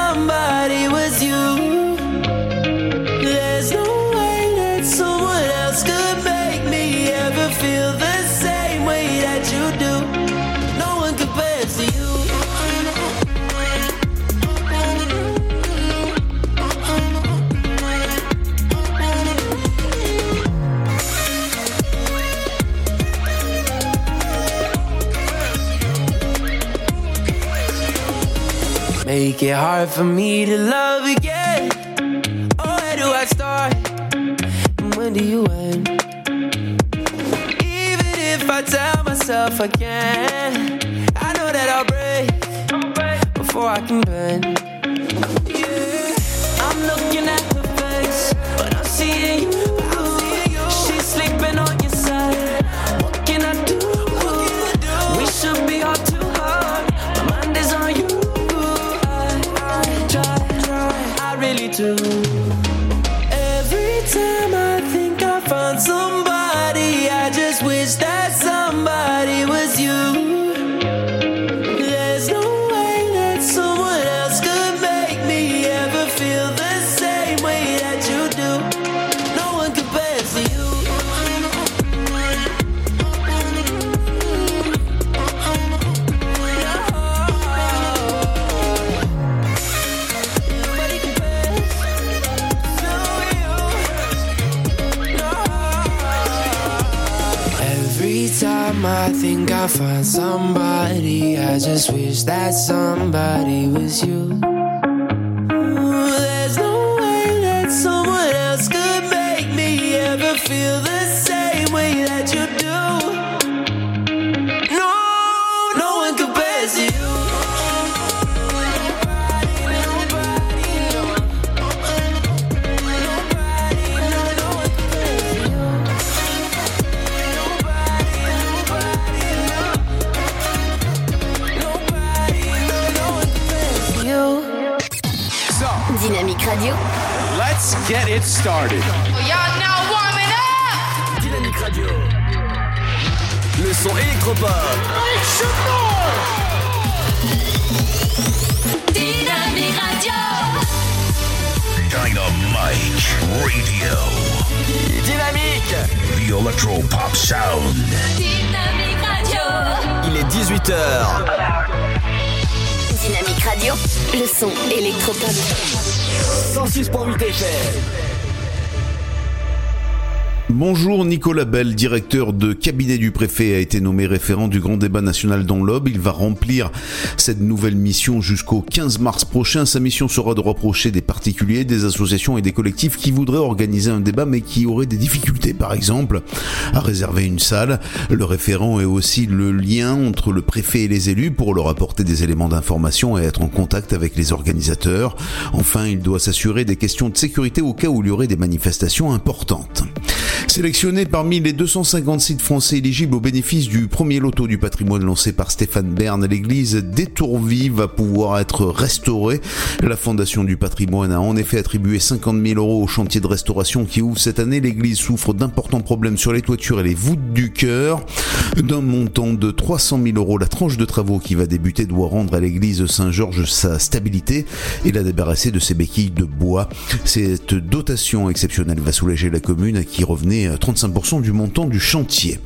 make it hard for me to love again. Oh, where do I start? And when do you end? Even if I tell myself I can, I know that I'll break before I can bend. Yeah, I'm looking at her face, but I'm seeing you. She's sleeping on your side. What can I do? We should be all too hard. My mind is on you. I, I try, I really do. Every time I think I found somebody, I just wish that somebody was you. There's no way that someone else could make me ever feel the same way that you do. No one compares to you. Every time I think I find somebody, I just wish that somebody was you. There's no way that someone else could make me ever feel the same way that you do. No, no one compares to you. Dynamique Radio. Let's get it started. We are now warming up. Dynamique Radio. Le son électropop. Dynamique Radio. Dynamite Radio. Dynamique. The Electro Pop Sound. Dynamique Radio. Il est dix-huit heures. Dynamique Radio, le son électropop. cent six virgule huit F M. Bonjour, Nicolas Bell, directeur de cabinet du préfet, a été nommé référent du grand débat national dans l'Aube. Il va remplir cette nouvelle mission jusqu'au quinze mars prochain. Sa mission sera de rapprocher des particuliers, des associations et des collectifs qui voudraient organiser un débat mais qui auraient des difficultés, par exemple, à réserver une salle. Le référent est aussi le lien entre le préfet et les élus pour leur apporter des éléments d'information et être en contact avec les organisateurs. Enfin, il doit s'assurer des questions de sécurité au cas où il y aurait des manifestations importantes. Sélectionné parmi les deux cent cinquante sites français éligibles au bénéfice du premier loto du patrimoine lancé par Stéphane Bern, l'église d'Étourville va pouvoir être restaurée. La Fondation du patrimoine a en effet attribué cinquante mille euros au chantier de restauration qui ouvre cette année. L'église souffre d'importants problèmes sur les toitures et les voûtes du chœur. D'un montant de trois cent mille euros, la tranche de travaux qui va débuter doit rendre à l'église Saint-Georges sa stabilité et la débarrasser de ses béquilles de bois. Cette dotation exceptionnelle va soulager la commune qui revenait à trente-cinq pour cent du montant du chantier.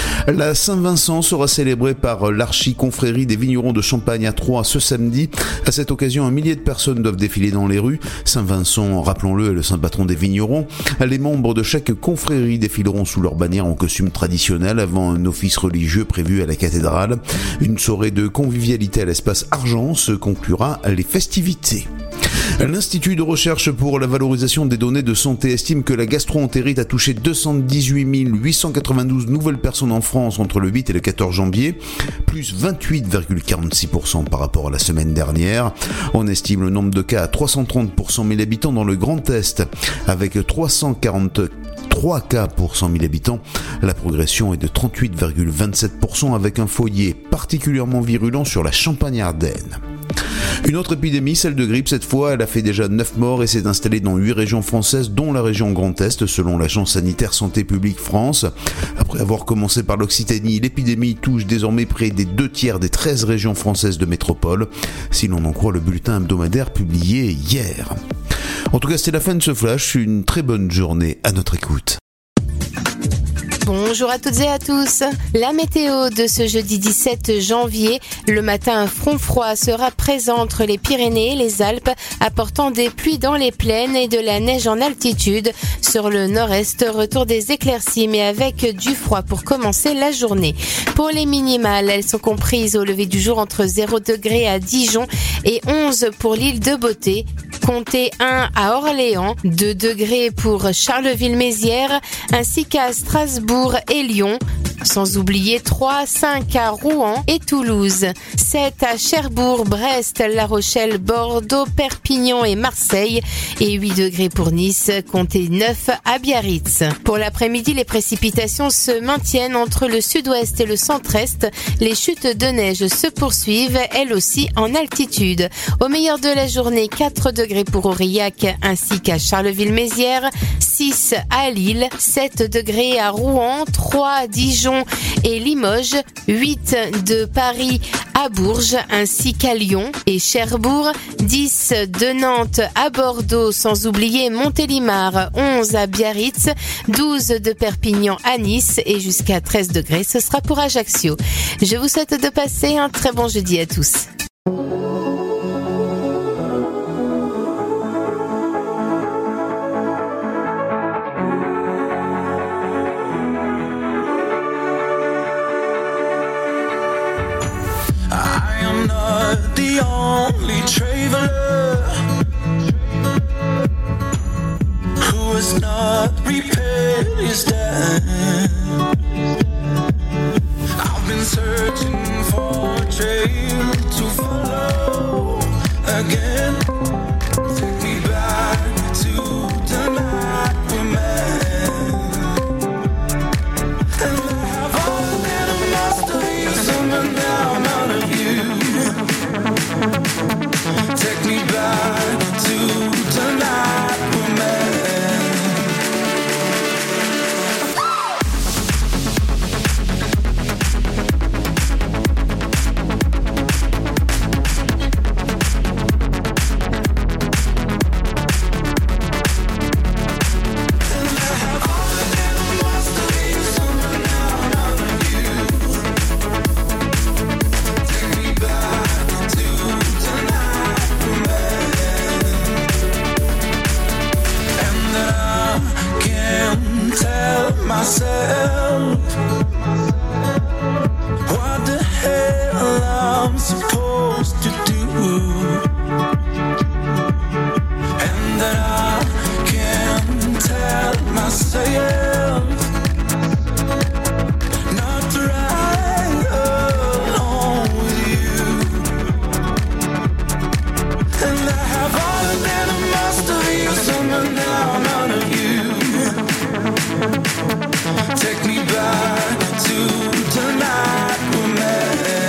La Saint-Vincent sera célébrée par l'archi-confrérie des vignerons de Champagne à Troyes ce samedi. À cette occasion, un millier de personnes doivent défiler dans les rues. Saint-Vincent, rappelons-le, est le saint patron des vignerons. Les membres de chaque confrérie défileront sous leur bannière en costume traditionnel avant un office religieux prévu à la cathédrale. Une soirée de convivialité à l'espace Argence conclura les festivités. L'Institut de recherche pour la valorisation des données de santé estime que la gastro-entérite a touché deux cent dix-huit mille huit cent quatre-vingt-douze nouvelles personnes en France entre le huit et le quatorze janvier, plus vingt-huit virgule quarante-six pour cent par rapport à la semaine dernière. On estime le nombre de cas à trois cent trente pour cent mille habitants dans le Grand Est, avec trois cent quarante-trois cas pour cent mille habitants. La progression est de trente-huit virgule vingt-sept pour cent avec un foyer particulièrement virulent sur la Champagne-Ardenne. Une autre épidémie, celle de grippe, cette fois, elle a fait déjà neuf morts et s'est installée dans huit régions françaises, dont la région Grand Est, selon l'agence sanitaire Santé publique France. Après avoir commencé par l'Occitanie, l'épidémie touche désormais près des deux tiers des treize régions françaises de métropole, si l'on en croit le bulletin hebdomadaire publié hier. En tout cas, c'était la fin de ce flash. Une très bonne journée à notre écoute. Bonjour à toutes et à tous. La météo de ce jeudi dix-sept janvier. Le matin, un front froid sera présent entre les Pyrénées et les Alpes, apportant des pluies dans les plaines et de la neige en altitude. sur le nord-est, retour des éclaircies mais avec du froid pour commencer la journée. Pour les minimales, elles sont comprises au lever du jour entre zéro degré à Dijon et onze pour l'île de Beauté. Comptez un à Orléans, deux degrés pour Charleville-Mézières, ainsi qu'à Strasbourg et Lyon. Sans oublier trois, cinq à Rouen et Toulouse, sept à Cherbourg, Brest, La Rochelle, Bordeaux, Perpignan et Marseille et huit degrés pour Nice, comptez neuf à Biarritz. Pour l'après-midi, les précipitations se maintiennent entre le sud-ouest et le centre-est. Les chutes de neige se poursuivent, elles aussi en altitude. Au meilleur de la journée, quatre degrés pour Aurillac ainsi qu'à Charleville-Mézières, six à Lille, sept degrés à Rouen, trois à Dijon et Limoges, huit de Paris à Bourges ainsi qu'à Lyon et Cherbourg, dix de Nantes à Bordeaux, sans oublier Montélimar, onze à Biarritz, douze de Perpignan à Nice et jusqu'à treize degrés, ce sera pour Ajaccio. Je vous souhaite de passer un très bon jeudi à tous. The only traveler who has not repaid his debt. I've been searching for a trail to follow again. Take me back to the night we met. And I have all been a master, someone now none of you. Take me back to the night we met. And I have all the little monsters, someone now none of you. Take me back to the night we met. And I can't tell myself what the hell I'm supposed to do. And that I can't tell myself not to ride along with you. And I have all been a master of you, someone now none of you. Take me back to the night we met.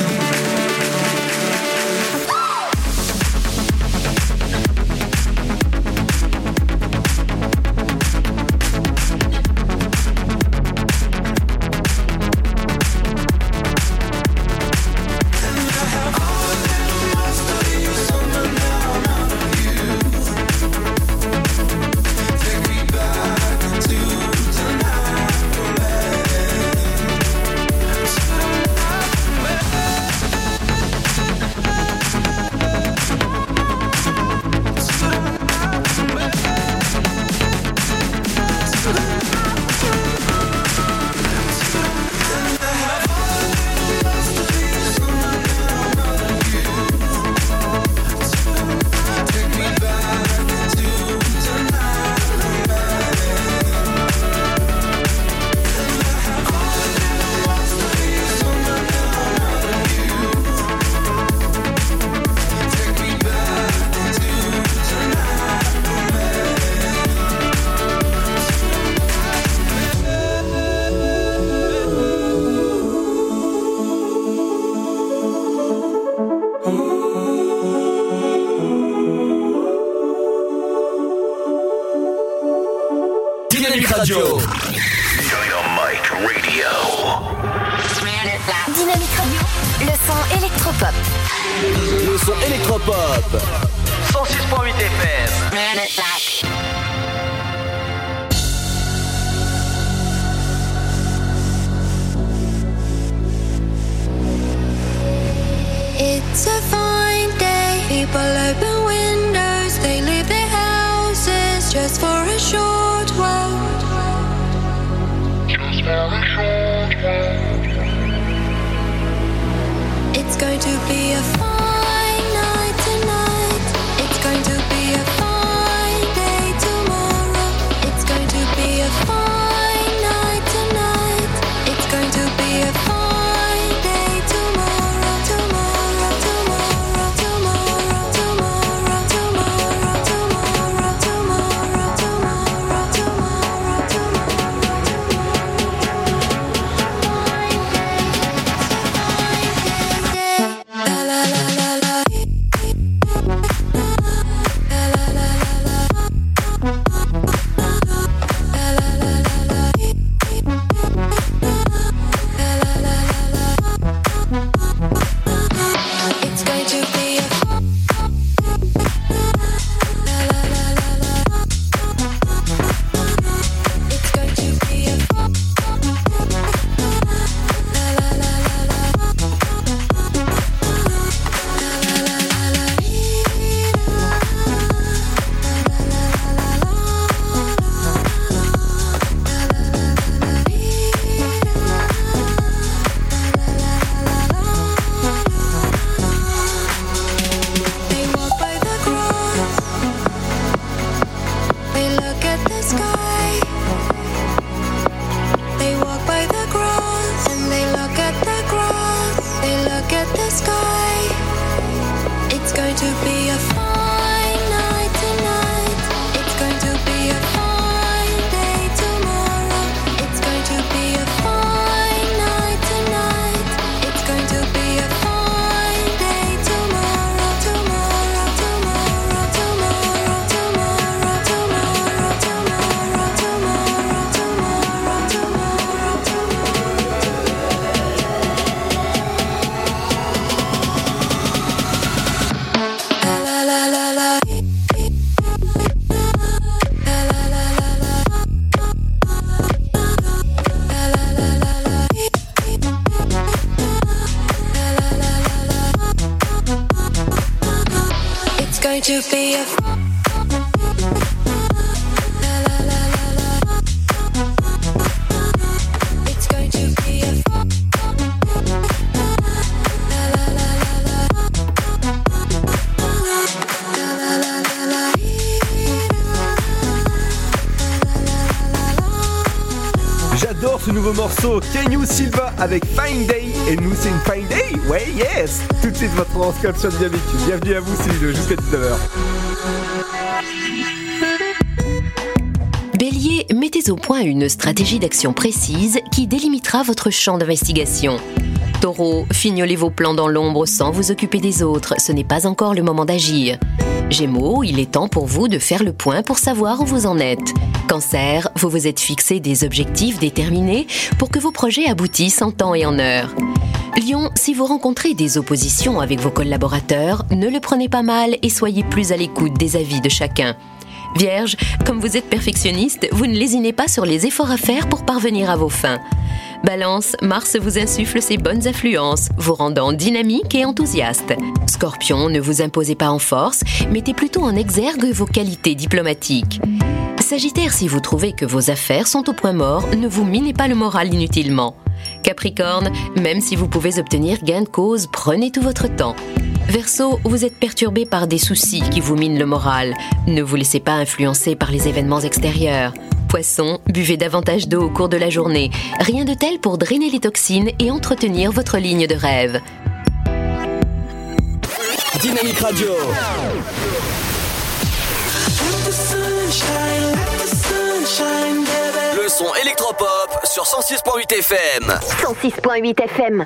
Dynamique Radio. Dynamique Radio. Dynamique Radio, le son électropop. Le son électropop. cent six point huit F M. It's a fine day. People open windows. They leave their houses just for a short while. It's going to be a fine night tonight. It's going to be a fine day tomorrow. It's going to be a fine night tonight. It's going to be a fine day tomorrow. Tomorrow, tomorrow, tomorrow, tomorrow, tomorrow, tomorrow, tomorrow, tomorrow, tomorrow, It's going to be a It's going to be a They walk by the cross. They look at the sky. They walk by the cross and they look at the grass. They look at the sky. It's going to be a fine night tonight. It's going to be a fine day tomorrow. It's going to be a fine night tonight. It's going to be a fine day tomorrow. Tomorrow, tomorrow, tomorrow, tomorrow, tomorrow, tomorrow, tomorrow, tomorrow, tomorrow, La la la la. La la la la la. La la la la la. La la la la la. It's going to be a La la la la la. It's going to be a La la la la la. La la la la la. J'adore ce nouveau morceau, Kenyu Silva avec Fine Day. Et nous, c'est une Fine Day? Ouais, yes. Tout de suite, votre horoscope sur Dynamique. Bienvenue à vous, c'est Ludo, jusqu'à dix-neuf heures. Bélier, mettez au point une stratégie d'action précise qui délimitera votre champ d'investigation. Taureau, fignolez vos plans dans l'ombre sans vous occuper des autres, ce n'est pas encore le moment d'agir. Gémeaux, il est temps pour vous de faire le point pour savoir où vous en êtes. Cancer, vous vous êtes fixé des objectifs déterminés pour que vos projets aboutissent en temps et en heure. Lion, si vous rencontrez des oppositions avec vos collaborateurs, ne le prenez pas mal et soyez plus à l'écoute des avis de chacun. Vierge, comme vous êtes perfectionniste, vous ne lésinez pas sur les efforts à faire pour parvenir à vos fins. Balance, Mars vous insuffle ses bonnes influences, vous rendant dynamique et enthousiaste. Scorpion, ne vous imposez pas en force, mettez plutôt en exergue vos qualités diplomatiques. Sagittaire, si vous trouvez que vos affaires sont au point mort, ne vous minez pas le moral inutilement. Capricorne, même si vous pouvez obtenir gain de cause, prenez tout votre temps. Verseau, vous êtes perturbé par des soucis qui vous minent le moral. Ne vous laissez pas influencer par les événements extérieurs. Poisson, buvez davantage d'eau au cours de la journée. Rien de tel pour drainer les toxines et entretenir votre ligne de rêve. Dynamique Radio. Le son électropop sur cent six point huit F M. cent six point huit F M.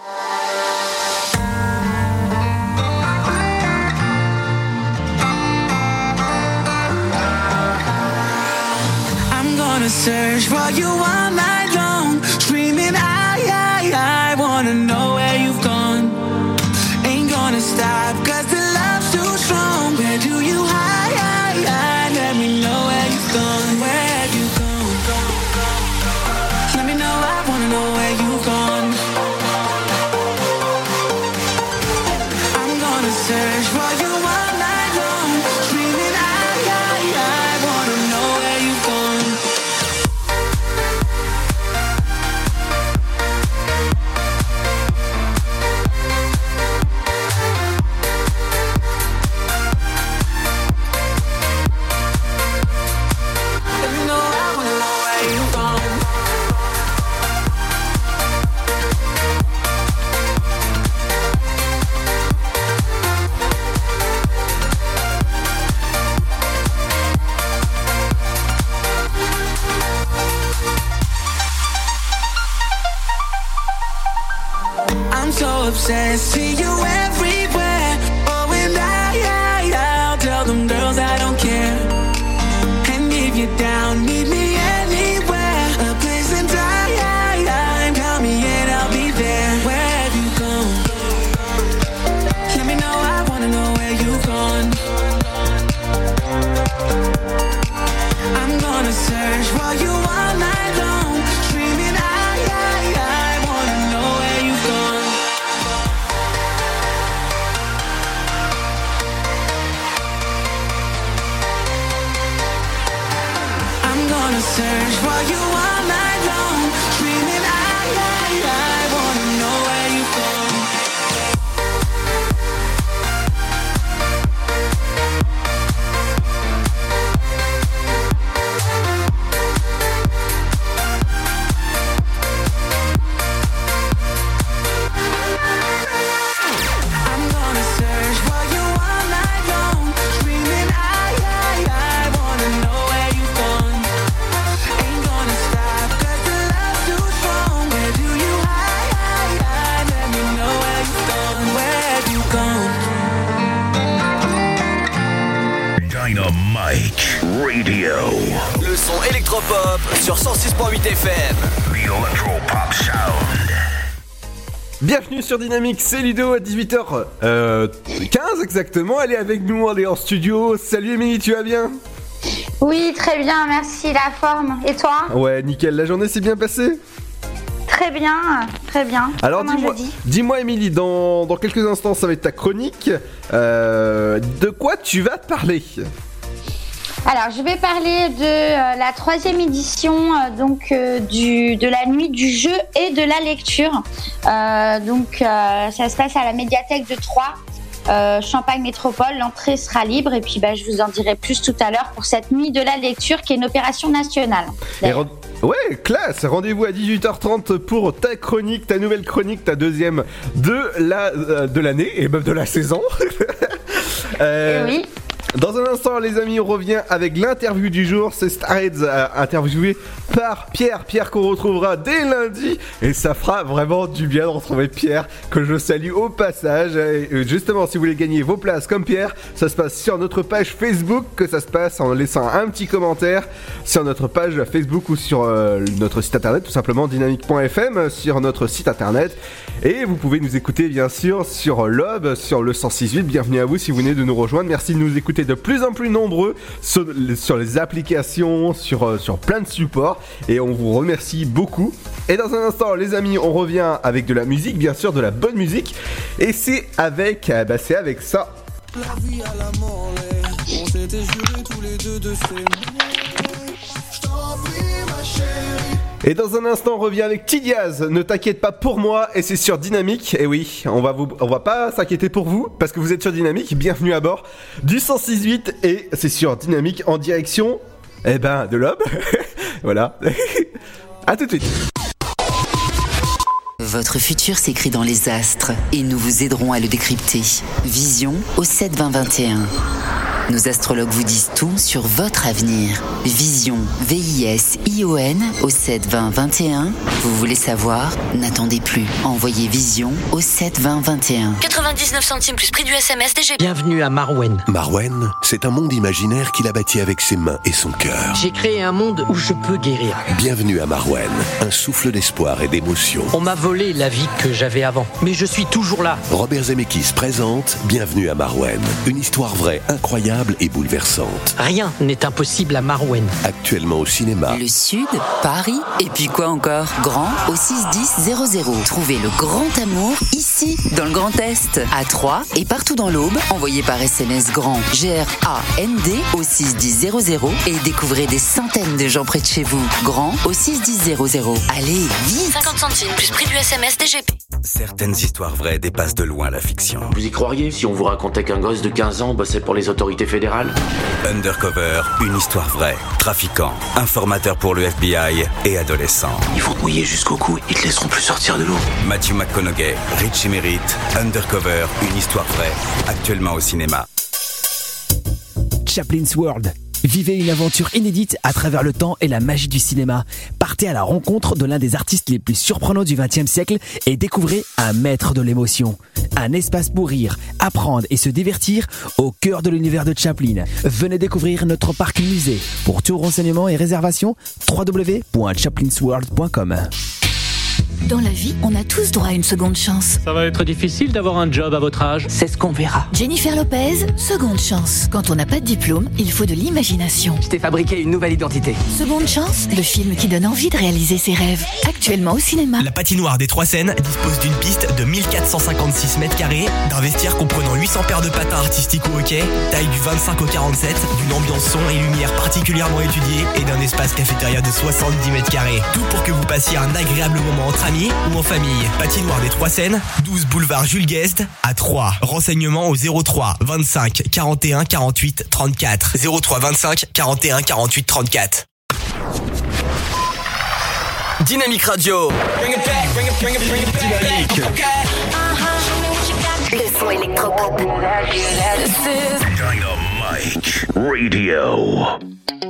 I'm gonna search for you all night long, screaming I, I, I wanna know where you've gone. Ain't gonna stop, cause the love's too strong. Where do you hide, hide, hide? Let me know where you've gone. Where have you gone? Let me know, I wanna know where you've gone. I'm gonna search for you all night long, screaming I, I, I wanna know where you've gone. you down, meet me anywhere. A place in time, tell me and I'll be there. Where have you gone? Let me know, I wanna know where you've gone. I'm gonna search for you all night long, screaming I, I, I wanna know where you've gone. I'm gonna search for you all night long, screaming I, I, I wanna know where you've gone. I'm gonna search for you all night long, screaming I, I, I wanna know where you've gone. Ain't gonna stop 'cause the love's too strong. Where do you hide, hide, hide? Let me know where you've gone. Where have you gone? Dynamite Radio. Le son électropop sur cent six point huit F M. The Electropop Sound. Bienvenue sur Dynamique, c'est Ludo à dix-huit heures quinze exactement. Elle est avec nous, elle est en studio. Salut Émilie, tu vas bien? Oui, très bien, merci, la forme. Et toi? Ouais, nickel, la journée s'est bien passée? Très bien, très bien. Alors Comme un dis-moi, jeudi. dis-moi Émilie, dans, dans quelques instants ça va être ta chronique. Euh, de quoi tu vas te parler? Alors, je vais parler de euh, la troisième édition euh, donc euh, du de la nuit du jeu et de la lecture. Euh, donc, euh, ça se passe à la médiathèque de Troyes, euh, Champagne Métropole. L'entrée sera libre et puis bah, je vous en dirai plus tout à l'heure pour cette nuit de la lecture qui est une opération nationale. Et ren- Ouais, classe. Rendez-vous à dix-huit heures trente pour ta chronique, ta nouvelle chronique, ta deuxième de la euh, de l'année et même de la saison. euh, oui. Dans un instant, les amis, on revient avec l'interview du jour. C'est Starheads euh, interviewé par Pierre. Pierre qu'on retrouvera dès lundi. Et ça fera vraiment du bien de retrouver Pierre, que je salue au passage. Et justement, si vous voulez gagner vos places comme Pierre, ça se passe sur notre page Facebook, que ça se passe en laissant un petit commentaire sur notre page Facebook ou sur euh, notre site internet, tout simplement dynamique point f m, sur notre site internet. Et vous pouvez nous écouter bien sûr sur Lob, sur le cent six point huit. Bienvenue à vous si vous venez de nous rejoindre. Merci de nous écouter de plus en plus nombreux sur, sur les applications, sur, sur plein de supports. Et on vous remercie beaucoup. Et dans un instant, les amis, on revient avec de la musique, bien sûr, de la bonne musique. Et c'est avec, bah c'est avec ça. La vie à la mort, on s'était juré tous les deux de s'aimer. Je t'en prie, ma chérie. Et dans un instant, on revient avec Tidiaz. Ne t'inquiète pas pour moi, et c'est sur Dynamique. Et oui, on va vous, on va pas s'inquiéter pour vous parce que vous êtes sur Dynamique. Bienvenue à bord du cent six point huit et c'est sur Dynamique en direction, eh ben, de l'Aube. Voilà. À tout de suite. Votre futur s'écrit dans les astres et nous vous aiderons à le décrypter. Vision au sept vingt vingt et un. Nos astrologues vous disent tout sur votre avenir. Vision, V I S I O N au sept vingt vingt et un. Vous voulez savoir? N'attendez plus. Envoyez Vision au sept vingt vingt et un. quatre-vingt-dix-neuf centimes plus prix du S M S D G P. Bienvenue à Marwen. Marwen, c'est un monde imaginaire qu'il a bâti avec ses mains et son cœur. J'ai créé un monde où je peux guérir. Bienvenue à Marwen, un souffle d'espoir et d'émotion. On m'a volé la vie que j'avais avant, mais je suis toujours là. Robert Zemeckis présente Bienvenue à Marwen, une histoire vraie, incroyable et bouleversante. Rien n'est impossible à Marwen. Actuellement au cinéma. Le Sud, Paris, et puis quoi encore? Grand au six dix zéro zéro. Trouvez le grand amour ici, dans le Grand Est, à Troyes et partout dans l'Aube. Envoyez par S M S grand G R A N D au six dix zéro zéro et découvrez des centaines de gens près de chez vous. Grand au six dix zéro zéro. Allez, vite! cinquante centimes plus prix du S M S D G P. Certaines histoires vraies dépassent de loin la fiction. Vous y croiriez si on vous racontait qu'un gosse de quinze ans bossait pour les autorités fédérales? Undercover, une histoire vraie. Trafiquants, informateurs pour le F B I et adolescents. Ils vont te mouiller jusqu'au cou, ils te laisseront plus sortir de l'eau. Matthew McConaughey, Richie Merritt, Undercover, une histoire vraie. Actuellement au cinéma. Chaplin's World, Vivez une aventure inédite à travers le temps et la magie du cinéma. Partez à la rencontre de l'un des artistes les plus surprenants du vingtième siècle et découvrez un maître de l'émotion. Un espace pour rire, apprendre et se divertir au cœur de l'univers de Chaplin. Venez découvrir notre parc musée. Pour tout renseignement et réservation, w w w point chaplinsworld point com. Dans la vie, on a tous droit à une seconde chance. Ça va être difficile d'avoir un job à votre âge. C'est ce qu'on verra. Jennifer Lopez, seconde chance. Quand on n'a pas de diplôme, il faut de l'imagination. Je t'ai fabriqué une nouvelle identité. Seconde chance, le film qui donne envie de réaliser ses rêves. Actuellement au cinéma. La patinoire des Trois Seines dispose d'une piste de mille quatre cent cinquante-six mètres carrés, d'un vestiaire comprenant huit cents paires de patins artistiques au hockey, taille du vingt-cinq au quarante-sept, d'une ambiance son et lumière particulièrement étudiée et d'un espace cafétéria de soixante-dix mètres carrés. Tout pour que vous passiez un agréable moment entre amis ou en famille. Patinoire des Trois Seines, douze boulevard Jules Guest à Troyes. Renseignements au zéro trois vingt-cinq quarante et un quarante-huit trente-quatre. zéro trois vingt-cinq quarante et un quarante-huit trente-quatre. Dynamique Radio. Dynamique. Le son électropop. Dynamique Radio.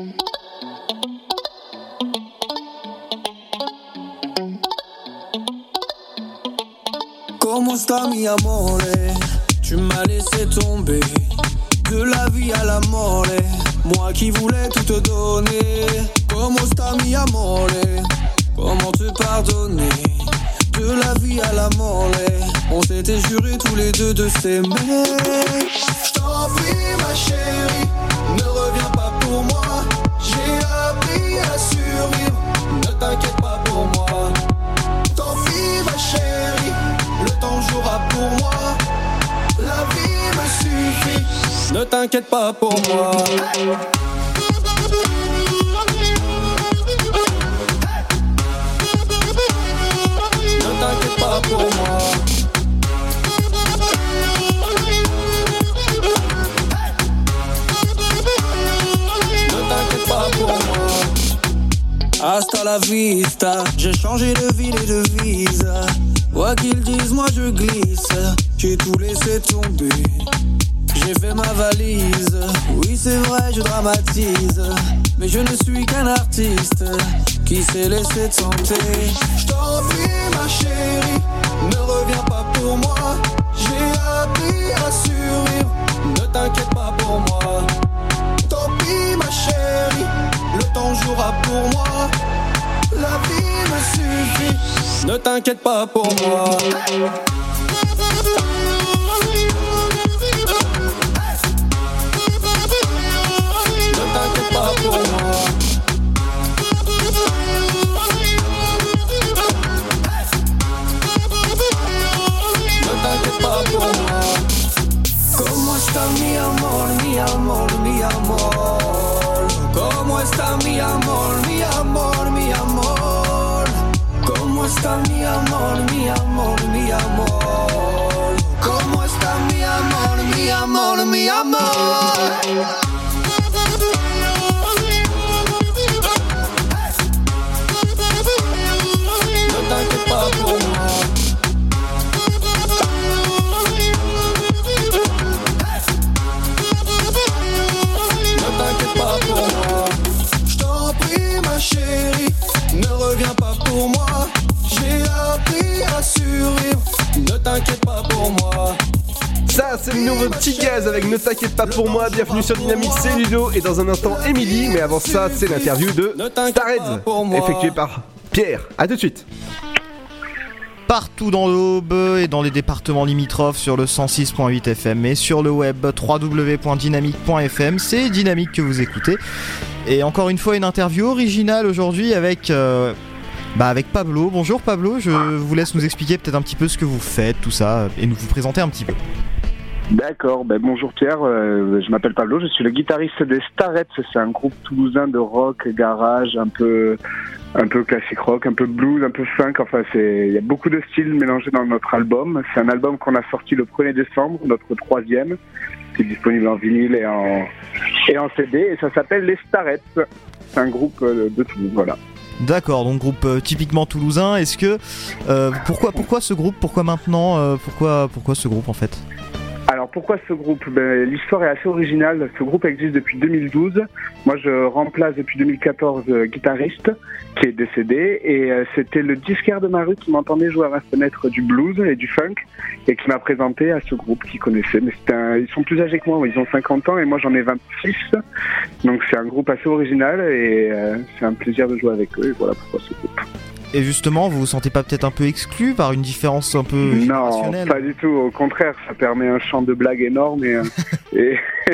Comment sta mi amore? Tu m'as laissé tomber de la vie à la mort. Moi qui voulais tout te donner. Comment sta mi amore? Comment te pardonner? De la vie à la mort. On s'était juré tous les deux de s'aimer. J't'en prie ma chérie, ne reviens pas pour moi. J'ai appris à survivre, ne t'inquiète pas pour moi. Tant pis ma chérie, le temps jouera pour moi. La vie me suffit, ne t'inquiète pas pour moi. Ne t'inquiète pas pour moi. Ne t'inquiète pas pour moi. Hasta la vista, j'ai changé de ville et de visa. Quoi qu'ils disent, moi je glisse. J'ai tout laissé tomber, j'ai fait ma valise. Oui c'est vrai, je dramatise, mais je ne suis qu'un artiste qui s'est laissé tenter. J't'en prie ma chérie, ne reviens pas pour moi. J'ai appris à survivre, ne t'inquiète pas pour moi. Tant pis ma chérie, le temps jouera pour moi. La vie me suffit, ne t'inquiète pas pour moi. Ne t'inquiète pas pour moi. Ne t'inquiète pas pour moi. Como está mi amor, mi amor, mi amor. Como está mi amor, mi amor, mi amor. Como está mi amor, mi amor, mi amor. Como está mi amor, mi amor, mi amor. Ne t'inquiète pas pour moi. Ne t'inquiète pas pour moi. J't'en prie ma chérie, ne reviens pas pour moi. J'ai appris à survivre, ne t'inquiète pas pour moi. Ça, c'est le nouveau petit gaz avec Ne t'inquiète pas pour moi. Bienvenue sur Dynamique, c'est Ludo. Et dans un instant, Émilie. Mais avant ça, c'est l'interview de Starreds, effectuée par Pierre. A tout de suite. Partout dans l'Aube et dans les départements limitrophes sur le cent six virgule huit F M et sur le web w w w point dynamique point f m. C'est Dynamique que vous écoutez. Et encore une fois, une interview originale aujourd'hui avec... Euh Bah avec Pablo. Bonjour Pablo, je vous laisse nous expliquer peut-être un petit peu ce que vous faites, tout ça, et nous vous présenter un petit peu. D'accord, ben bonjour Pierre, euh, je m'appelle Pablo, je suis le guitariste des Starreds, c'est un groupe toulousain de rock, garage, un peu, un peu classique rock, un peu blues, un peu funk, enfin c'est, il y a beaucoup de styles mélangés dans notre album. C'est un album qu'on a sorti le premier décembre, notre troisième, qui est disponible en vinyle et en, et en C D, et ça s'appelle les Starreds. C'est un groupe de Toulouse, voilà. D'accord, donc groupe euh, typiquement toulousain. Est-ce que euh, pourquoi pourquoi ce groupe, pourquoi maintenant, euh, pourquoi pourquoi ce groupe en fait? Alors pourquoi ce groupe? Ben, l'histoire est assez originale. Ce groupe existe depuis deux mille douze. Moi, je remplace depuis deux mille quatorze euh, guitariste qui est décédé. Et euh, c'était le disquaire de ma rue qui m'entendait jouer à ma fenêtre du blues et du funk et qui m'a présenté à ce groupe qu'il connaissait. Mais c'était un... ils sont plus âgés que moi. Ils ont cinquante ans et moi, j'en ai vingt-six. Donc, c'est un groupe assez original et euh, c'est un plaisir de jouer avec eux. Et voilà pourquoi ce groupe. Et justement, vous vous sentez pas peut-être un peu exclu par une différence un peu Non, générationnelle? pas du tout. Au contraire, ça permet un champ de blagues énorme. Et, euh, et,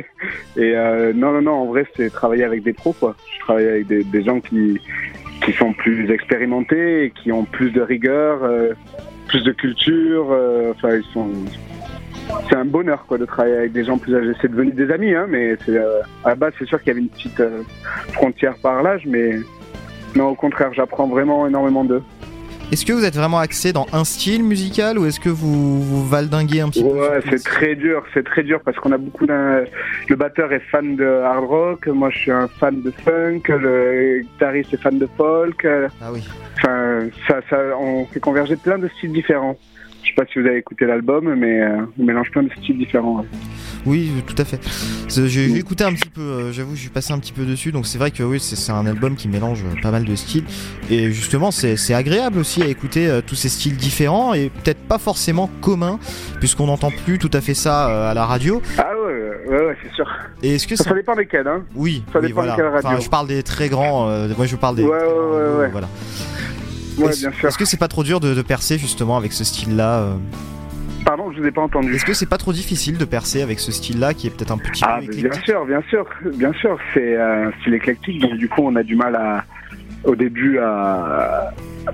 et euh, non, non, non, en vrai, c'est travailler avec des pros, quoi. Je travaille avec des, des gens qui, qui sont plus expérimentés, et qui ont plus de rigueur, euh, plus de culture. Euh, enfin, ils sont... C'est un bonheur, quoi, de travailler avec des gens plus âgés. C'est devenu des amis, hein, mais c'est, euh, à la base, c'est sûr qu'il y avait une petite euh, frontière par l'âge, mais... Non, au contraire, j'apprends vraiment énormément d'eux. Est-ce que vous êtes vraiment axé dans un style musical ou est-ce que vous, vous valdinguez un petit ouais, peu? Ouais, c'est très dur, c'est très dur parce qu'on a beaucoup d'un... Le batteur est fan de hard rock, moi je suis un fan de funk, le guitariste est fan de folk. Ah oui. Enfin, ça, ça, on fait converger plein de styles différents. Je sais pas si vous avez écouté l'album, mais euh, on mélange plein de styles différents. Ouais. Oui, tout à fait. J'ai, j'ai écouté un petit peu, euh, j'avoue, je suis passé un petit peu dessus, donc c'est vrai que oui, c'est, c'est un album qui mélange pas mal de styles. Et justement, c'est, c'est agréable aussi à écouter euh, tous ces styles différents et peut-être pas forcément communs, puisqu'on n'entend plus tout à fait ça euh, à la radio. Ah ouais, ouais, ouais, c'est sûr. Et est-ce que ça, ça... ça dépend desquels, hein? Oui, ça oui, dépend voilà. de quelle radio. Enfin, je parle des très grands, euh, moi je parle des. Ouais, ouais, ouais, ouais. Voilà. Ouais, est-ce, bien sûr. Est-ce que c'est pas trop dur de, de percer justement avec ce style-là euh... Pardon, je vous ai pas entendu. Est-ce que c'est pas trop difficile de percer avec ce style-là qui est peut-être un petit ah, peu éclectique? Bien sûr, bien sûr, bien sûr. C'est un style éclectique, donc du coup on a du mal à, au début à,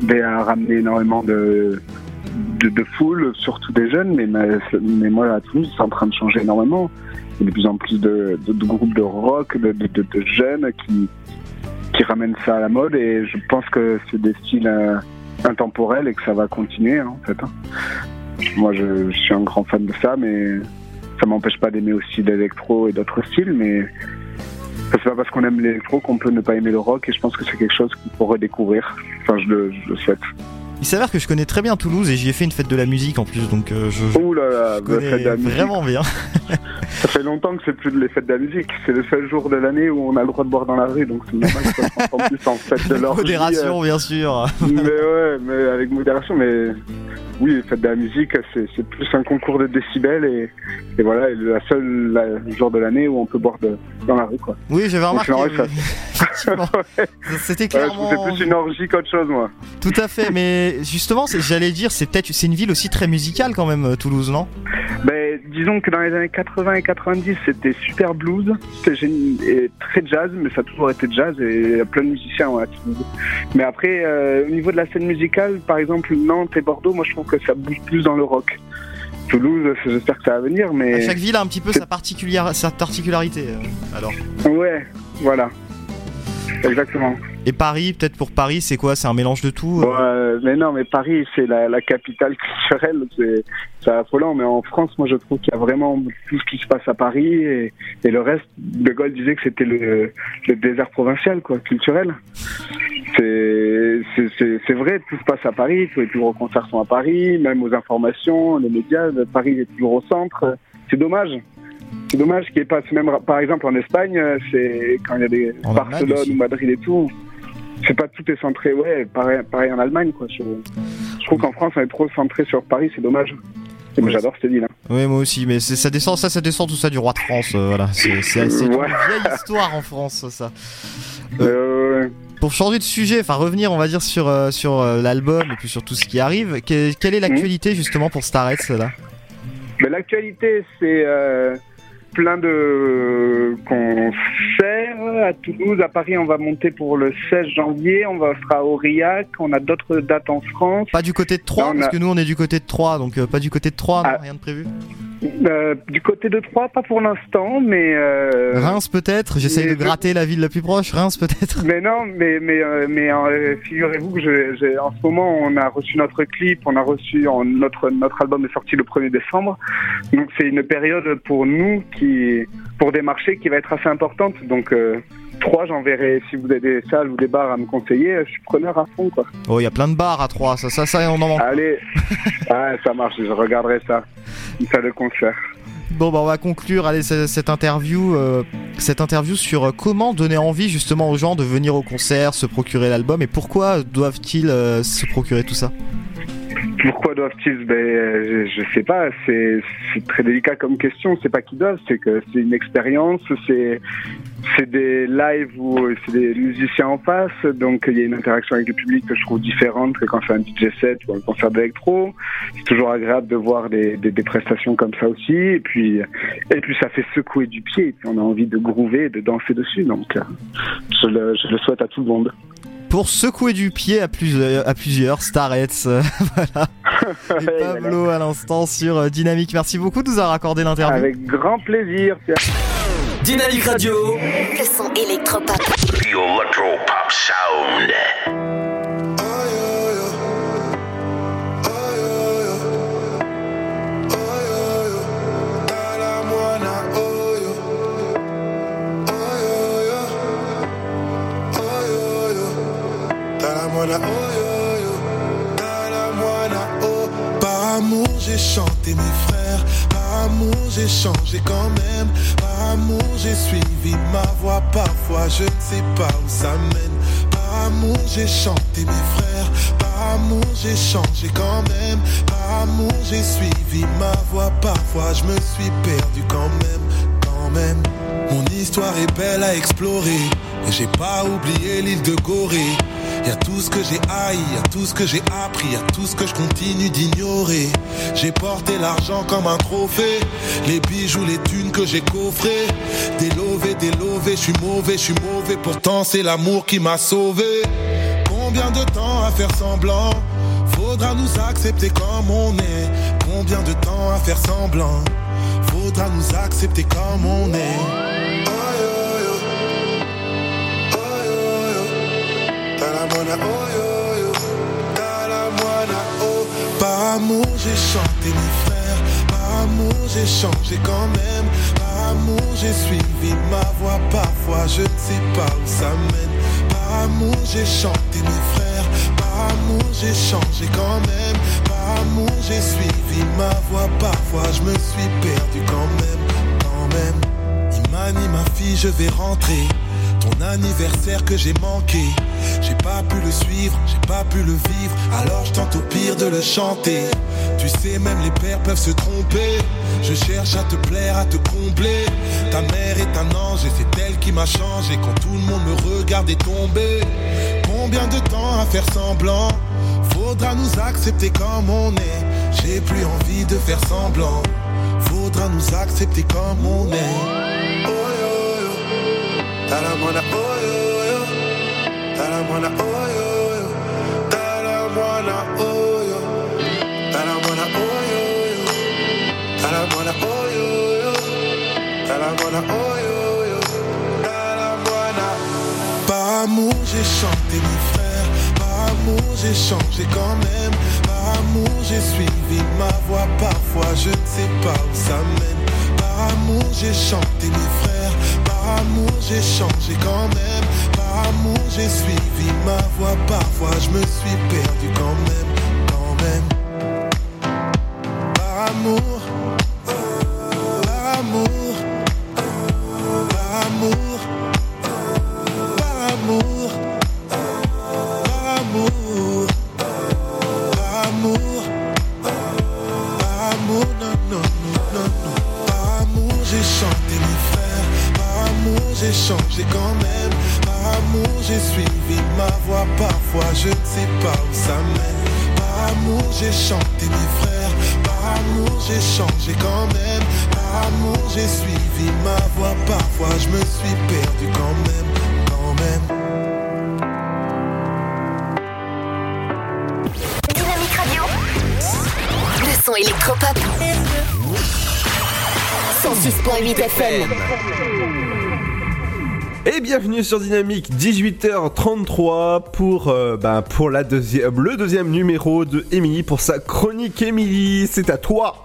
à ramener énormément de, de, de foule, surtout des jeunes, mais, mais moi à Toulouse c'est en train de changer énormément. Il y a de plus en plus de, de, de groupes de rock, de, de, de, de jeunes qui, qui ramènent ça à la mode et je pense que c'est des styles euh, intemporels et que ça va continuer hein, en fait. Hein. Moi, je, je suis un grand fan de ça, mais ça m'empêche pas d'aimer aussi l'électro et d'autres styles, mais c'est pas parce qu'on aime l'électro qu'on peut ne pas aimer le rock, et je pense que c'est quelque chose qu'il faut redécouvrir. Enfin, je le, je le souhaite. Il s'avère que je connais très bien Toulouse et j'y ai fait une fête de la musique en plus, donc euh, je, je Ouh là là, je connais fête de la musique. Vraiment bien. Ça fait longtemps que c'est plus les fêtes de la musique. C'est le seul jour de l'année où on a le droit de boire dans la rue, donc c'est normal que ça se transforme plus en fête de l'orgie. Modération, euh... bien sûr. Mais ouais, mais avec modération, mais oui, les fêtes de la musique, c'est, c'est plus un concours de décibels et, et voilà, et la seule la, le jour de l'année où on peut boire de, dans la rue, quoi. Oui, j'avais remarqué. Donc, oui. Effectivement. C'était clairement. Ouais, c'est plus une orgie qu'autre chose, moi. Tout à fait, mais justement, c'est, j'allais dire, c'est peut-être, c'est une ville aussi très musicale quand même, Toulouse, non? Ben, disons que dans les années quatre-vingts et quatre-vingt-dix, c'était super blues, c'était génie, et très jazz, mais ça a toujours été jazz et il y a plein de musiciens ouais, à Toulouse. Mais après, euh, au niveau de la scène musicale, par exemple Nantes et Bordeaux, moi je trouve que ça bouge plus dans le rock. Toulouse, j'espère que ça va venir, mais... À chaque ville a un petit peu sa, particulière, sa particularité, euh, alors. Ouais, voilà. Exactement. Et Paris, peut-être pour Paris, c'est quoi? C'est un mélange de tout? euh... Ouais, mais non, mais Paris, c'est la, la capitale culturelle, c'est, c'est affolant. Mais en France, moi, je trouve qu'il y a vraiment tout ce qui se passe à Paris et, et le reste. De Gaulle disait que c'était le, le désert provincial, quoi, culturel. C'est, c'est, c'est, c'est vrai, tout se passe à Paris. Tous les plus gros concerts sont à Paris, même aux informations, les médias. Paris est toujours au centre. C'est dommage. C'est dommage qu'il n'y ait pas ce même... Par exemple, en Espagne, c'est quand il y a des en Barcelone ou Madrid et tout, c'est pas tout est centré. Ouais, pareil, pareil en Allemagne, quoi. Je, je trouve qu'en France, on est trop centré sur Paris, c'est dommage. Et moi, j'adore cette ville. Hein. Oui, moi aussi, mais c'est, ça descend, ça, ça descend tout ça du roi de France, euh, voilà. C'est, c'est, c'est ouais. Une vieille histoire en France, ça. Euh, euh, pour changer de sujet, enfin revenir, on va dire sur euh, sur euh, l'album et puis sur tout ce qui arrive. Que, quelle est l'actualité mmh. justement pour Starrett là? Ben, l'actualité, c'est euh, plein de concerts à Toulouse, à Paris. On va monter pour le seize janvier. On va sera à Aurillac. On a d'autres dates en France. Pas du côté de Troyes, parce a... que nous on est du côté de Troyes, donc euh, pas du côté de Troyes, ah. non, rien de prévu. Euh, du côté de Troyes, pas pour l'instant, mais euh... Reims peut-être. J'essaye de gratter la ville la plus proche. Reims peut-être. Mais non, mais mais euh, mais euh, figurez-vous que je, j'ai, en ce moment on a reçu notre clip, on a reçu en, notre notre album est sorti le premier décembre, donc c'est une période pour nous qui pour des marchés qui va être assez importante. Donc euh, Troyes, j'enverrai si vous avez des salles ou des bars à me conseiller, je suis preneur à fond quoi. Oh, il y a plein de bars à Troyes, ça ça ça on en manque. Allez, ah, ça marche, je regarderai ça. Une salle de concert. Bon, bah, on va conclure allez, cette interview, euh, cette interview sur euh, comment donner envie justement aux gens de venir au concert, se procurer l'album et pourquoi doivent-ils euh, se procurer tout ça. Pourquoi doivent-ils ben, je, je sais pas, c'est, c'est très délicat comme question, c'est pas qu'ils doivent, c'est que c'est une expérience, c'est, c'est des lives où c'est des musiciens en face, donc il y a une interaction avec le public que je trouve différente que quand c'est un D J set ou un concert d'électro. C'est toujours agréable de voir des, des, des prestations comme ça aussi, et puis, et puis ça fait secouer du pied, et puis on a envie de groover et de danser dessus, donc je le, je le souhaite à tout le monde. Pour secouer du pied à plusieurs, à plusieurs Starrets, euh, voilà. Et Pablo à l'instant sur euh, Dynamique. Merci beaucoup de nous avoir accordé l'interview. Avec grand plaisir. Dynamique Radio. Le son électropop. The Electropop Sound. Par amour j'ai chanté mes frères, par amour j'ai changé quand même, par amour j'ai suivi ma voie, parfois je ne sais pas où ça mène. Par amour j'ai chanté mes frères, par amour j'ai changé quand même, par amour j'ai suivi ma voie, parfois je me suis perdu quand même, quand même. Mon histoire est belle à explorer, mais j'ai pas oublié l'île de Gorée. Y'a tout ce que j'ai haï, y'a tout ce que j'ai appris, y'a tout ce que je continue d'ignorer. J'ai porté l'argent comme un trophée, les bijoux, les thunes que j'ai coffrés. Délové, délové, je suis mauvais, je suis mauvais, pourtant c'est l'amour qui m'a sauvé. Combien de temps à faire semblant? Faudra nous accepter comme on est. Combien de temps à faire semblant? Faudra nous accepter comme on est. Par amour j'ai chanté mes frères, par amour j'ai changé quand même, par amour j'ai suivi ma voie, parfois je ne sais pas où ça mène. Par amour j'ai chanté mes frères, par amour j'ai changé quand même, par amour j'ai suivi ma voie, parfois je me suis perdu quand même, quand même. Imani ma fille je vais rentrer, ton anniversaire que j'ai manqué. J'ai pas pu le suivre, j'ai pas pu le vivre, alors je tente au pire de le chanter. Tu sais même les pères peuvent se tromper, je cherche à te plaire, à te combler. Ta mère est un ange et c'est elle qui m'a changé quand tout le monde me regardait tomber. Combien de temps à faire semblant? Faudra nous accepter comme on est. J'ai plus envie de faire semblant, faudra nous accepter comme on est. Oh yo yo, t'as la monnaie, oh yo yo. Talamwana oh yo yo, Talamwana oh yo, Talamwana oh yo yo, Talamwana oh yo yo, Talamwana oh yo yo, Talamwana. Par amour j'ai chanté mes frères, par amour j'ai changé quand même, par amour j'ai suivi ma voie, parfois je ne sais pas où ça mène. Par amour j'ai chanté mes frères, par amour j'ai changé quand même. Par amour j'ai suivi ma voie, parfois je me suis perdu quand même, quand même. Par amour, par amour, par amour, par amour, par amour, par amour, par amour, non, non, non, non, non. Par amour j'ai chanté mes frères, par amour j'ai changé quand même. Par amour j'ai suivi ma voie, parfois je ne sais pas où ça mène. Par amour j'ai chanté mes frères, par amour j'ai changé quand même. Par amour j'ai suivi ma voie, parfois je me suis perdu quand même, quand même. Dynamique Radio. Le son électropop. cent six point huit F M. Et bienvenue sur Dynamique, dix-huit heures trente-trois pour, euh, ben, pour la deuxième, le deuxième numéro de Émilie pour sa chronique. Émilie, c'est à toi.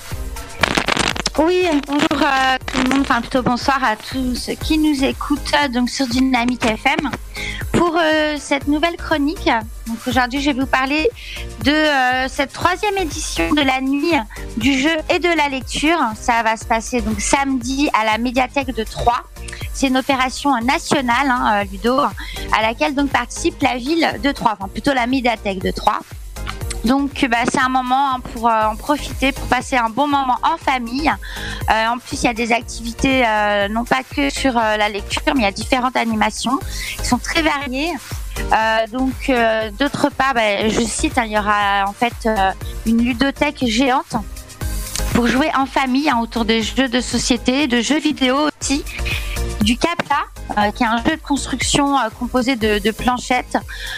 Oui, bonjour à tout le monde, enfin plutôt bonsoir à tous ceux qui nous écoutent donc sur Dynamique F M pour pour euh, cette nouvelle chronique, donc aujourd'hui je vais vous parler de euh, cette troisième édition de la nuit du jeu et de la lecture. Ça va se passer donc samedi à la médiathèque de Troyes. C'est une opération nationale, hein, Ludo, à laquelle donc participe la ville de Troyes, enfin plutôt la médiathèque de Troyes. Donc bah, c'est un moment hein, pour euh, en profiter, pour passer un bon moment en famille. Euh, en plus, il y a des activités, euh, non pas que sur euh, la lecture, mais il y a différentes animations qui sont très variées. Euh, donc, euh, d'autre part, bah, je cite, hein, il y aura en fait euh, une ludothèque géante pour jouer en famille hein, autour des jeux de société, de jeux vidéo aussi. Du Capta, euh, qui est un jeu de construction euh, composé de, de planchettes.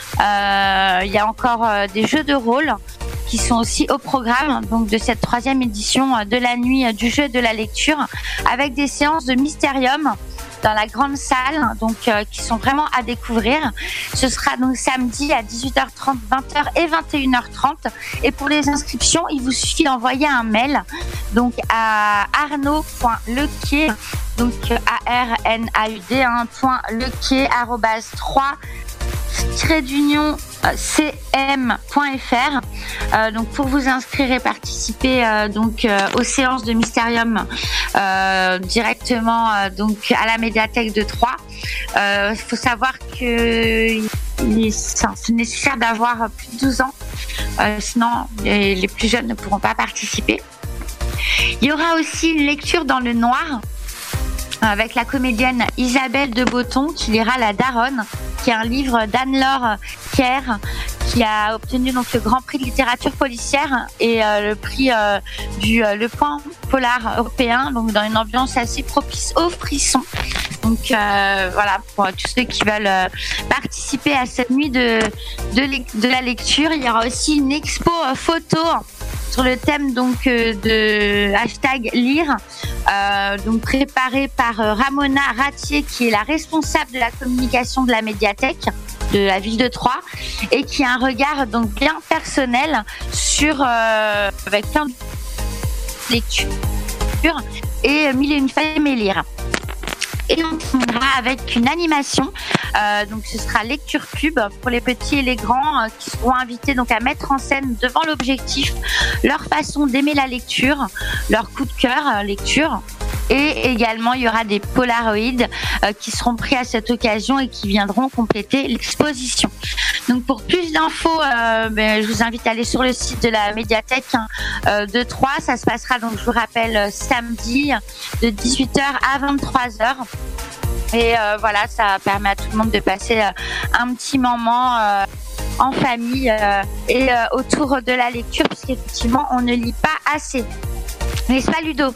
Euh, il y a encore euh, des jeux de rôle qui sont aussi au programme donc de cette troisième édition euh, de la nuit euh, du jeu et de la lecture, avec des séances de Mysterium dans la grande salle, donc euh, qui sont vraiment à découvrir. Ce sera donc samedi à dix-huit heures trente, vingt heures et vingt et une heures trente. Et pour les inscriptions, il vous suffit d'envoyer un mail donc à arnaud point lequier, donc A R N A U D, hein, point lequier arobase trois trait d'union c m point f r. Euh, donc pour vous inscrire et participer euh, donc euh, aux séances de Mysterium euh, directement euh, donc à la médiathèque de Troyes. Il euh, faut savoir que il est, c'est nécessaire d'avoir plus de douze ans, euh, sinon les, les plus jeunes ne pourront pas participer. Il y aura aussi une lecture dans le noir avec la comédienne Isabelle de Botton qui lira La Daronne, qui est un livre d'Anne-Laure Kerr qui a obtenu donc le Grand Prix de littérature policière et euh, le prix euh, du euh, Le Point Polar européen, donc dans une ambiance assez propice aux frissons. Donc euh, voilà, pour tous ceux qui veulent euh, participer à cette nuit de, de, de la lecture, il y aura aussi une expo euh, photo sur le thème donc euh, de hashtag lire, euh, donc préparée par euh, Ramona Ratier, qui est la responsable de la communication de la médiathèque de la ville de Troyes et qui a un regard donc bien personnel sur euh, avec plein de lectures et mille et une façons d'aimer lire. Et on terminera avec une animation, euh, donc ce sera lecture pub pour les petits et les grands euh, qui seront invités donc à mettre en scène devant l'objectif leur façon d'aimer la lecture, leur coup de cœur euh, lecture. Et également, il y aura des polaroïdes euh, qui seront pris à cette occasion et qui viendront compléter l'exposition. Donc, pour plus d'infos, euh, ben, je vous invite à aller sur le site de la médiathèque hein, euh, de Troyes. Ça se passera, donc, je vous rappelle, samedi de dix-huit heures à vingt-trois heures. Et euh, voilà, ça permet à tout le monde de passer euh, un petit moment euh, en famille euh, et euh, autour de la lecture, puisqu'effectivement, on ne lit pas assez. N'est-ce pas, Ludo?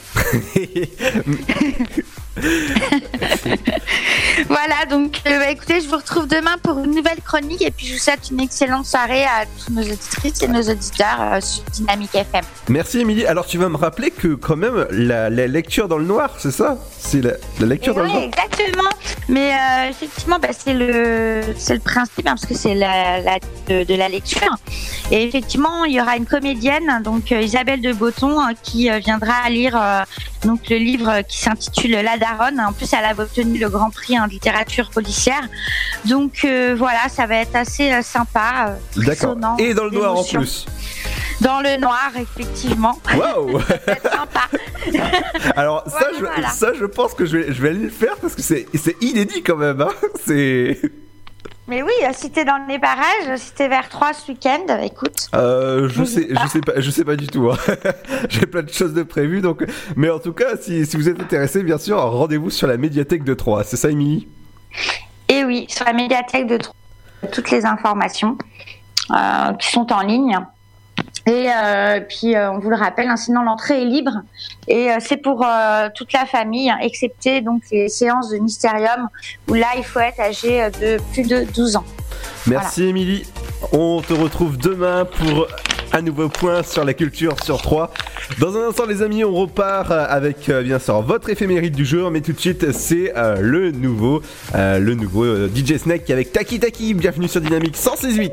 Voilà, donc euh, bah, écoutez, je vous retrouve demain pour une nouvelle chronique et puis je vous souhaite une excellente soirée à tous nos auditrices et nos auditeurs euh, sur Dynamique F M. Merci Émilie. Alors tu vas me rappeler que quand même la, la lecture dans le noir, c'est ça? C'est la, la lecture et dans oui, le noir. Exactement. Mais euh, effectivement, bah, c'est le c'est le principe hein, parce que c'est la, la de, de la lecture. Et effectivement, il y aura une comédienne, donc euh, Isabelle de Botton, hein, qui euh, viendra lire euh, donc le livre qui s'intitule La Daronne. En plus, elle avait obtenu le Grand Prix en littérature policière. Donc euh, voilà, ça va être assez euh, sympa. Euh, D'accord. Et dans le noir en plus. Dans le noir, effectivement. Waouh. Ça va être sympa. Alors voilà, ça, je, voilà. ça, je pense que je vais, je vais aller le faire parce que c'est, c'est inédit quand même. Hein. C'est. Mais oui, si t'es dans les parages, si t'es vers Troyes ce week-end, écoute. Euh, je sais, je sais pas, je sais pas du tout. Hein. J'ai plein de choses de prévues, donc. Mais en tout cas, si, si vous êtes intéressé, bien sûr, rendez-vous sur la médiathèque de Troyes. C'est ça, Émilie? Et oui, sur la médiathèque de Troyes, toutes les informations euh, qui sont en ligne. Et euh, puis, euh, on vous le rappelle, hein, sinon l'entrée est libre et euh, c'est pour euh, toute la famille, hein, excepté donc les séances de Mysterium où là, il faut être âgé de plus de douze ans. Merci voilà. Émilie. On te retrouve demain pour un nouveau point sur la culture sur Troyes. Dans un instant, les amis, on repart avec euh, bien sûr votre éphéméride du jour, mais tout de suite, c'est euh, le nouveau, euh, le nouveau euh, D J Snake avec Taki Taki. Bienvenue sur Dynamique cent six huit.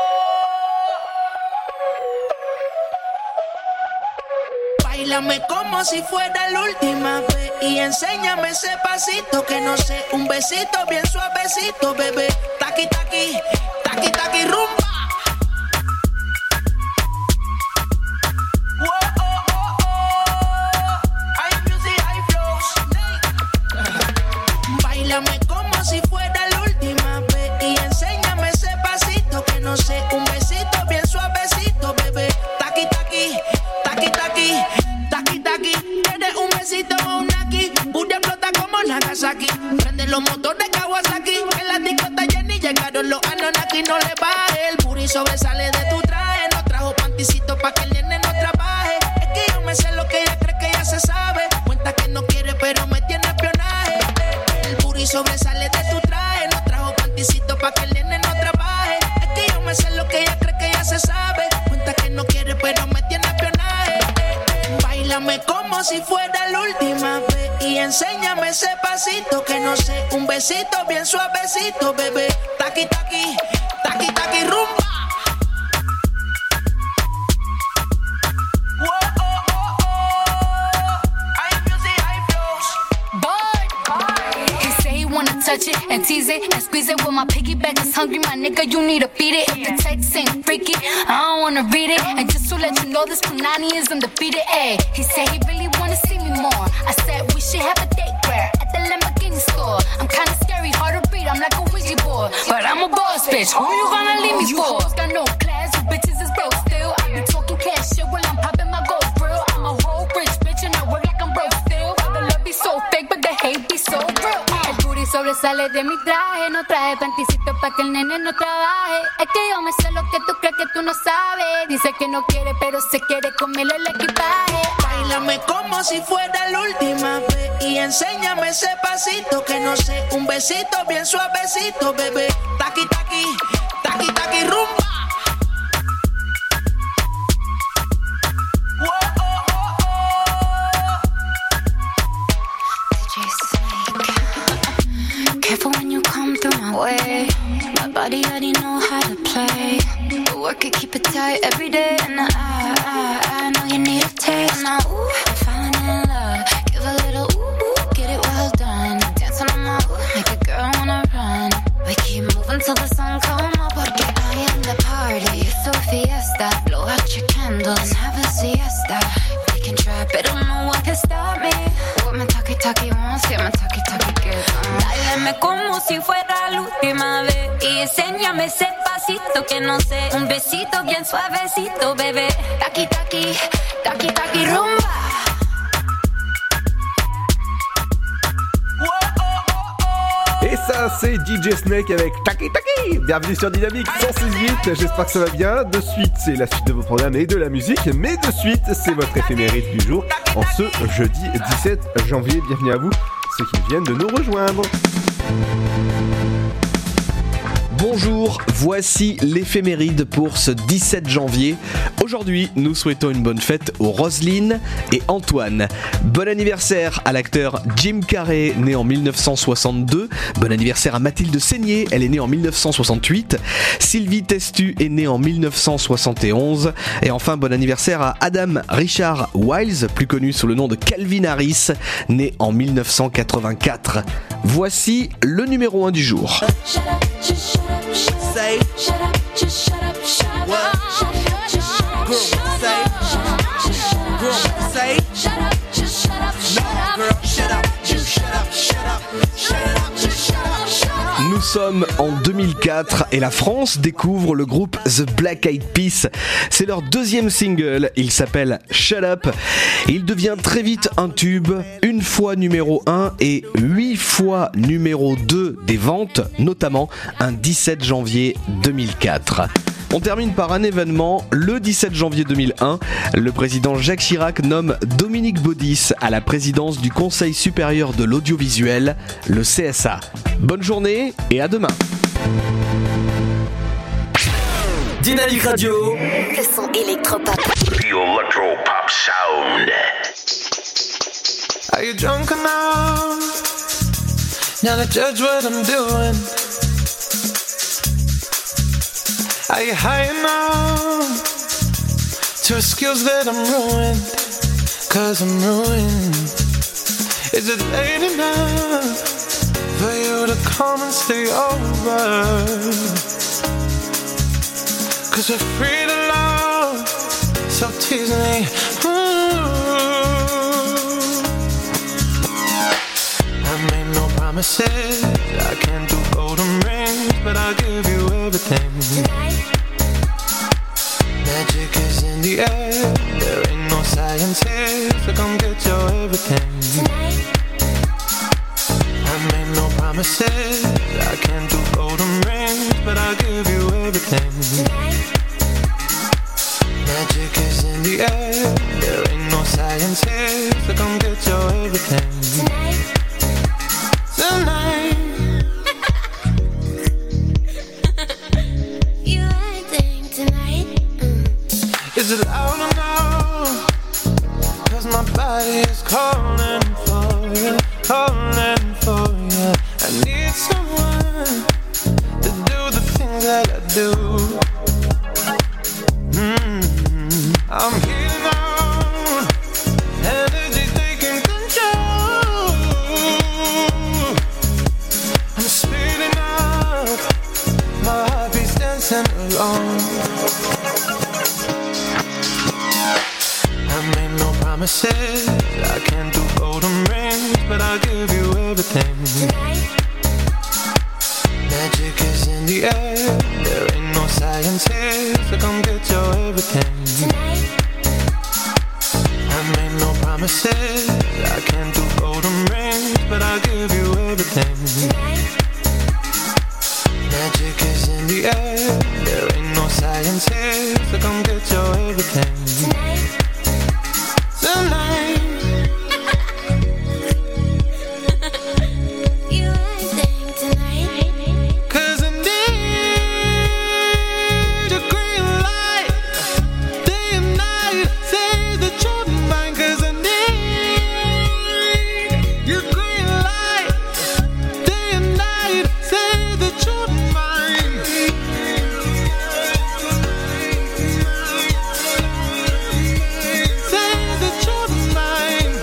Báilame como como si fuera la última vez y enséñame ese pasito que no sé, un besito bien suavecito, bebé. Taqui taqui, taqui taqui rumba. Báilame como si fuera la última vez y enséñame ese pasito que no sé, un besito bien suavecito, bebé. Taqui taqui, taqui taqui, taqui taqui. Tienes un besito o un aquí, Buria explota como Nagasaki. Prende los motores Kawasaki, en la discota Jenny llegaron los Anunnaki. No le baje, el booty sobresale de tu traje. No trajo panticito pa' que el nene no trabaje. Es que yo me sé lo que ella cree que ya se sabe. Cuenta que no quiere pero me tiene espionaje. El booty sobresale de tu traje. No trajo panticito pa' que el nene no trabaje. Es que yo me sé lo que ella cree que ya se sabe. Cuenta que no quiere pero me tiene espionaje. Báilame como si fuera la última vez y enséñame ese pasito que no sé, un besito bien suavecito, bebé. Taqui taqui, taqui taqui rumba. Touch it and tease it and squeeze it. With my piggyback is hungry, my nigga, you need to feed it. If the text ain't freaky, I don't wanna read it. And just to let you know, this Punani is undefeated. Ayy, he said he really wanna see me more. I said we should have a date where at the Lamborghini store. I'm kinda scary, hard to read, I'm like a Ouija board. But I'm a boss bitch, who you gonna leave me for? You hoes got no class, you bitches is broke still. I be talking cash shit while I'm popping my gold grill. I'm a whole rich bitch and I work like I'm broke still. The love be so fake, but the hate be so real. Sobresale de mi traje, no traje panticito pa' que el nene no trabaje. Es que yo me sé lo que tú crees que tú no sabes. Dice que no quiere, pero se quiere comerle el equipaje. Báilame como si fuera la última vez y enséñame ese pasito que no sé, un besito bien suavecito, bebé. Taqui taqui, taqui taqui rumba. Careful when you come through my way. My body already know how to play. But work it, keep it tight every day. And I, I, I know you need a taste. Now, ooh, I'm falling in love. Give a little ooh, ooh, get it well done. Dance on my ooh, make a girl wanna run. We keep moving till the sun come up. Porque I am the party. It's a fiesta. Blow out your candles and have a siesta. We can try, but don't know what can stop me. What my talkie talkie wants, get my talkie talkie gets. Báilame como si fuera la última vez y enséñame ese pasito que no sé, un besito bien suavecito, bebé. Taqui taqui, taqui taqui rumba. Et ça, c'est D J Snake avec Taki Taki. Bienvenue sur Dynamique cent six virgule huit. J'espère que ça va bien. De suite, c'est la suite de vos programmes et de la musique. Mais de suite, c'est votre éphéméride du jour en ce jeudi dix-sept janvier. Bienvenue à vous, ceux qui viennent de nous rejoindre. Bonjour, voici l'éphéméride pour ce dix-sept janvier. Aujourd'hui, nous souhaitons une bonne fête aux Roselyne et Antoine. Bon anniversaire à l'acteur Jim Carrey, né en dix-neuf cent soixante-deux. Bon anniversaire à Mathilde Seigné, elle est née en dix-neuf cent soixante-huit. Sylvie Testu est née en dix-neuf cent soixante et onze. Et enfin, bon anniversaire à Adam Richard Wiles, plus connu sous le nom de Calvin Harris, né en dix-neuf cent quatre-vingt-quatre. Voici le numéro un du jour. Say, shut up, just shut up, shut up. What? Girl, say, girl, say, shut up, just shut up, shut up. Girl, shut up, just shut up, shut up, shut up, just shut up, shut up. Nous sommes en deux mille quatre et la France découvre le groupe The Black Eyed Peas. C'est leur deuxième single, il s'appelle Shut Up. Il devient très vite un tube, une fois numéro un et huit fois numéro deux des ventes, notamment un dix-sept janvier deux mille quatre. On termine par un événement. Le dix-sept janvier deux mille un, le président Jacques Chirac nomme Dominique Baudis à la présidence du Conseil supérieur de l'audiovisuel, le C S A. Bonne journée et à demain. Dynamique Radio. Le son électropop. The electropop sound. Are you drunk enough now to judge what I'm doing? Are you high enough to excuse that I'm ruined? 'cause I'm ruined. Is it late enough for you to come and stay over? 'Cause we're free to love, so tease me. I made no promises, I can't do golden rings, but I'll give you everything. Magic is in the air, there ain't no science here, so come get your everything. I made no promises, I can't do golden rings, but I'll give you everything. Magic is in the air, there ain't no science here, so come get your everything. Tonight. You acting tonight? Mm. Is it loud or no? 'Cause my body is calling for you, calling for you. I need someone to do the things that I do. Mm-hmm. I'm here now, energy taking control. I'm speeding up, my heart beats dancing alone. I made no promises, I can't do golden rings, but I'll give you everything. Magic is in the air, there ain't no science here, so come get your everything. I made no promises, I can't do golden rings, but I'll give you everything. Magic is in the air, there ain't no science here, so come get your everything. Tonight. You acting tonight? 'Cause I need a green light, day and night, say that you're mine. 'Cause I need your green light, day and night, say that you're mine. Say that you're mine.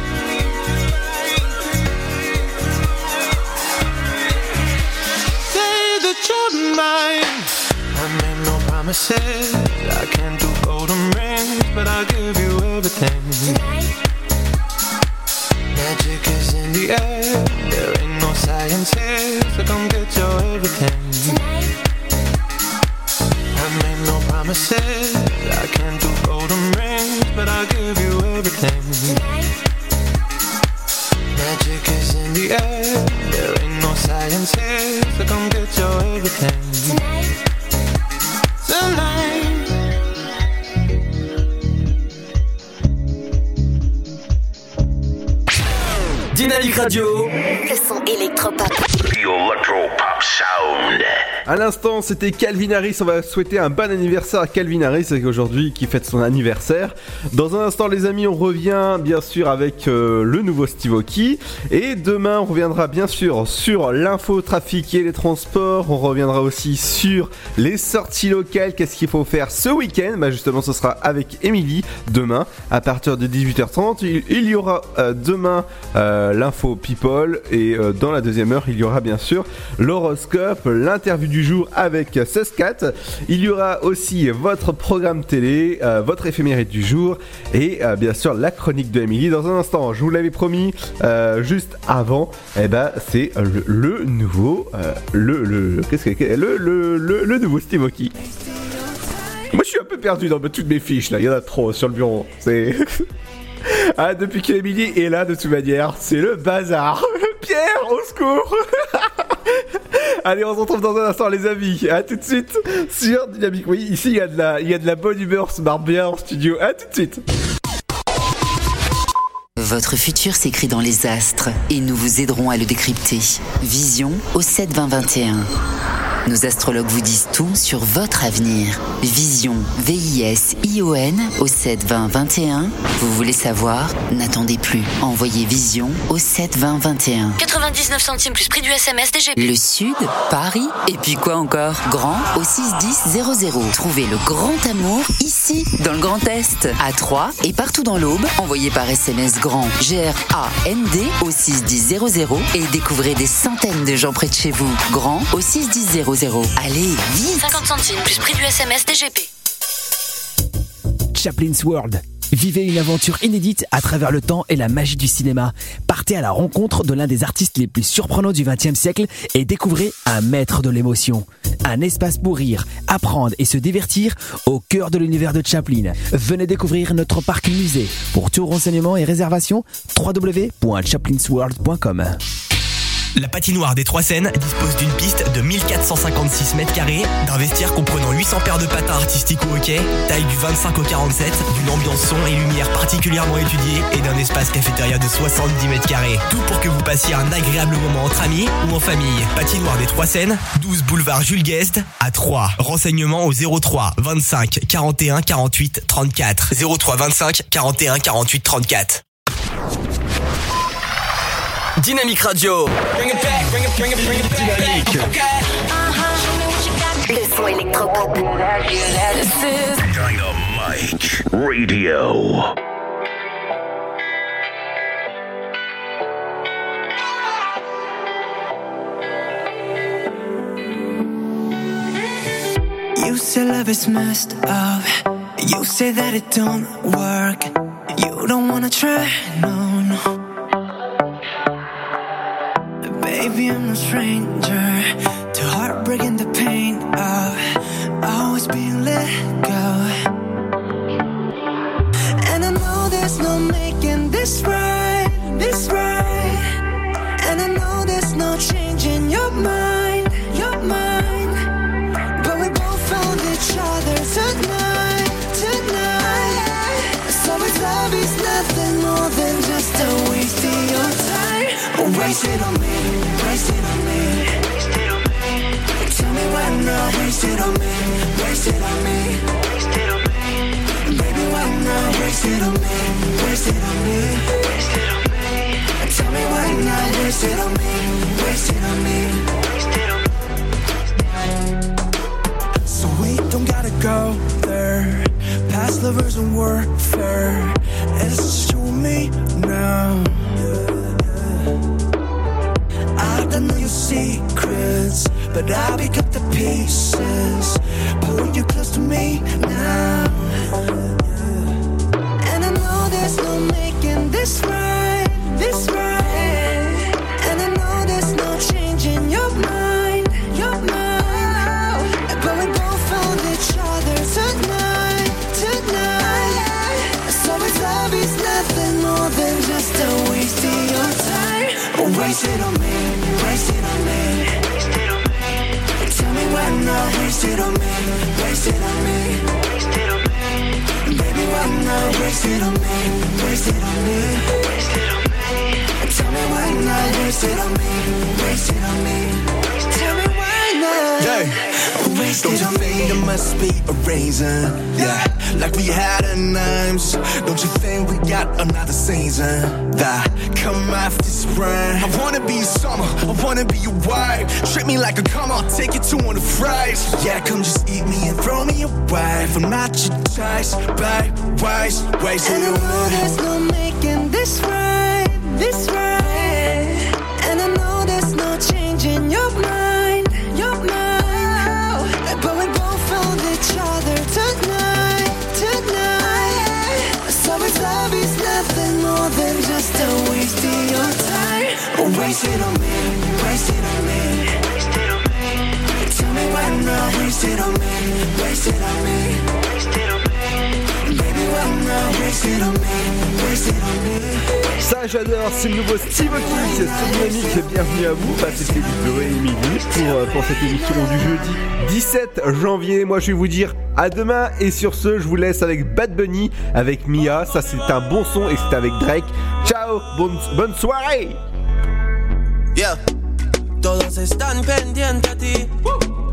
Say that you're mine. I made no promises, I can't do golden rings, but I'll give you everything. Magic is in the air, there ain't no science here, so come get your everything. I made no promises, I can't do golden rings, but I'll give you everything. Magic is in the air, there ain't no science here, so come get your everything. Tonight. Dynamique Radio. Le son électropop. The Electropop Sound. À l'instant, c'était Calvin Harris. On va souhaiter un bon anniversaire à Calvin Harris aujourd'hui qui fête son anniversaire. Dans un instant, les amis, on revient bien sûr avec euh, le nouveau Steve Aoki. Et demain, on reviendra bien sûr sur l'info trafic et les transports. On reviendra aussi sur les sorties locales. Qu'est-ce qu'il faut faire ce week-end? Bah justement, ce sera avec Émilie demain à partir de dix-huit heures trente. Il, il y aura euh, demain euh, l'info People et euh, dans la deuxième heure, il y aura bien sûr l'horoscope, l'interview du jour avec Suscat. Il y aura aussi votre programme télé, euh, votre éphéméride du jour et euh, bien sûr la chronique de Émilie. Dans un instant, je vous l'avais promis euh, juste avant, eh ben c'est le, le nouveau, euh, le le qu'est-ce que le le le, le nouveau Steve Aoki. Moi, je suis un peu perdu dans toutes mes fiches là. Il y en a trop sur le bureau. C'est ah, depuis qu'Émilie est là, de toute manière, c'est le bazar. Pierre, au secours. Allez, on se retrouve dans un instant, les amis. À tout de suite sur Dynamique. Oui, ici, il y a de la, il y a de la bonne humeur, on se marre bien en studio. À tout de suite. Votre futur s'écrit dans les astres et nous vous aiderons à le décrypter. Vision au sept vingt vingt et un. Nos astrologues vous disent tout sur votre avenir. Vision, V I S I O N au sept vingt vingt et un. Vous voulez savoir? N'attendez plus. Envoyez Vision au sept vingt vingt et un. quatre-vingt-dix-neuf centimes plus prix du S M S D G P. Le Sud, Paris, et puis quoi encore? Grand au six dix zéro zéro. Trouvez le grand amour ici, dans le Grand Est, à Troyes et partout dans l'Aube. Envoyez par S M S grand G R A N D au six dix zéro zéro et découvrez des centaines de gens près de chez vous. Grand au six dix zéro zéro. Allez, vite! cinquante centimes plus prix du S M S D G P. Chaplin's World. Vivez une aventure inédite à travers le temps et la magie du cinéma. Partez à la rencontre de l'un des artistes les plus surprenants du vingtième siècle et découvrez un maître de l'émotion. Un espace pour rire, apprendre et se divertir au cœur de l'univers de Chaplin. Venez découvrir notre parc musée. Pour tout renseignement et réservation, w w w point chaplins world point com. La patinoire des Trois Seines dispose d'une piste de mille quatre cent cinquante-six mètres carrés, d'un vestiaire comprenant huit cents paires de patins artistiques au hockey, taille du vingt-cinq au quarante-sept, d'une ambiance son et lumière particulièrement étudiée et d'un espace cafétéria de soixante-dix mètres carrés. Tout pour que vous passiez un agréable moment entre amis ou en famille. Patinoire des Trois Seines, douze boulevard Jules Guest à Troyes. Renseignements au zéro trois vingt-cinq quarante et un quarante-huit trente-quatre. zéro trois vingt-cinq quarante et un quarante-huit trente-quatre. Dynamique Radio. Dynamique. Le son électropop. Dynamique Radio. You say love is messed up. You say that it don't work. You don't wanna try, no, no. Baby, I'm no stranger to heartbreak and the pain of always being let go. And I know there's no making this right, this right. And I know there's no changing your mind, your mind. But we both found each other tonight, tonight. So it's love is nothing more than just a waste of your time. Waste it on me. Waste it on me. Tell me why not? Waste it on me. Waste it on me. Baby, why not? Waste it on me. Waste it on me. Tell me why not? Waste it on me. Waste it on me. So we don't gotta go there. Past lovers and warfare. It's just you and me now. I don't know your secrets, but I'll pick up the pieces, pulling you close to me now. And I know there's no making this right, this right. And I know there's no changing your mind, your mind. But we both found each other tonight, tonight. So it's love is nothing more than just a waste of your time. Waste it on me. Waste it on me. Tell me why not? Waste it on me. Waste it on me. Baby, why not? Waste it on me. Waste it on me. Tell me why not? Waste it on me. Waste it on me. Tell me why not? Yeah. Don't you think there must be a reason? Yeah, like we had a names. Don't you think we got another season that come after spring? I wanna be your summer, I wanna be your wife. Treat me like a come, I'll take you to one of the fries. Yeah, come just eat me and throw me away. I'm not your choice, babe. Waste, waste And I know there's no making this right, this right. And I know there's no changing your mind, your mind. But we both found each other tonight, tonight. So it's love is nothing more than just a waste of your time. Waste it on me, waste it on me. Tell me why not? Waste it on me, waste it on me. Baby, why not? Waste it on me, waste it on me. Ça j'adore, c'est le nouveau Steve Aoki sur Dynamique, bienvenue à vous, bah, c'était Ludo et Émilie pour, pour cette émission du jeudi dix-sept janvier. Moi je vais vous dire à demain et sur ce je vous laisse avec Bad Bunny, avec Mia, ça c'est un bon son et c'est avec Drake. Ciao, bonne, bonne soirée. Yeah, todos están pendientes a ti.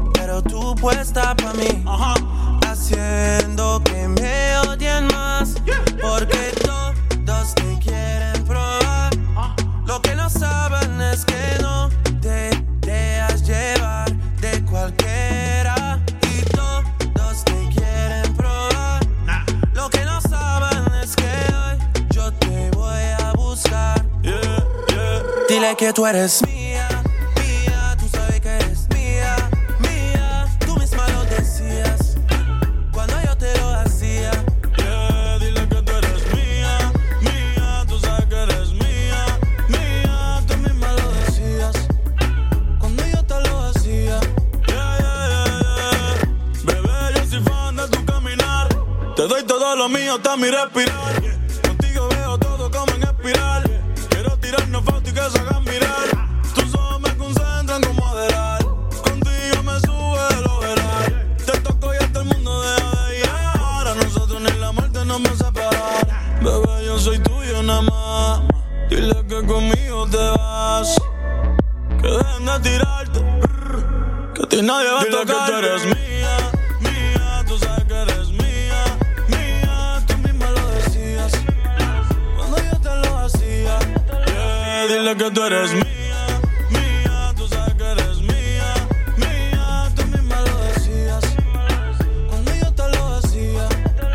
pero tú puesta pa' mí. Ajá. Haciendo que me odien más, yeah, yeah, porque yeah. todos te quieren probar. Uh. Lo que no saben es que no te dejas llevar de cualquiera. Y todos te quieren probar. Nah. Lo que no saben es que hoy yo te voy a buscar. Yeah, yeah. Dile que tú eres mía, mía, tú sabes que eres mía, mía, tú misma lo decías cuando yo te lo hacía. Yeah, dile que tú eres mía, mía, tú sabes que eres mía, mía, tú misma lo decías cuando yo te lo hacía. Yeah, yeah, yeah, yeah. Bebé, yo soy fan de tu caminar, te doy todo lo mío hasta mi respirar. Contigo veo todo como en espiral. Quiero tirarnos fotos y que se hagan mirar. Tus ojos me concentran como adelar. Contigo me sube el overall. Te toco y hasta el mundo deja de llegar. A nosotros ni la muerte nos va a separar. Bebé, yo soy tuyo nada más. Dile que conmigo te vas. Que dejen de tirarte. Que a ti nadie va a tocar. Dile que tú eres mía, mía. Tú sabes que eres mía, mía. Tú misma lo decías cuando yo te lo hacía. Yeah, dile que tú eres mía, mía. Tú sabes que eres mía, mía. Tú misma lo decías cuando yo te lo hacía.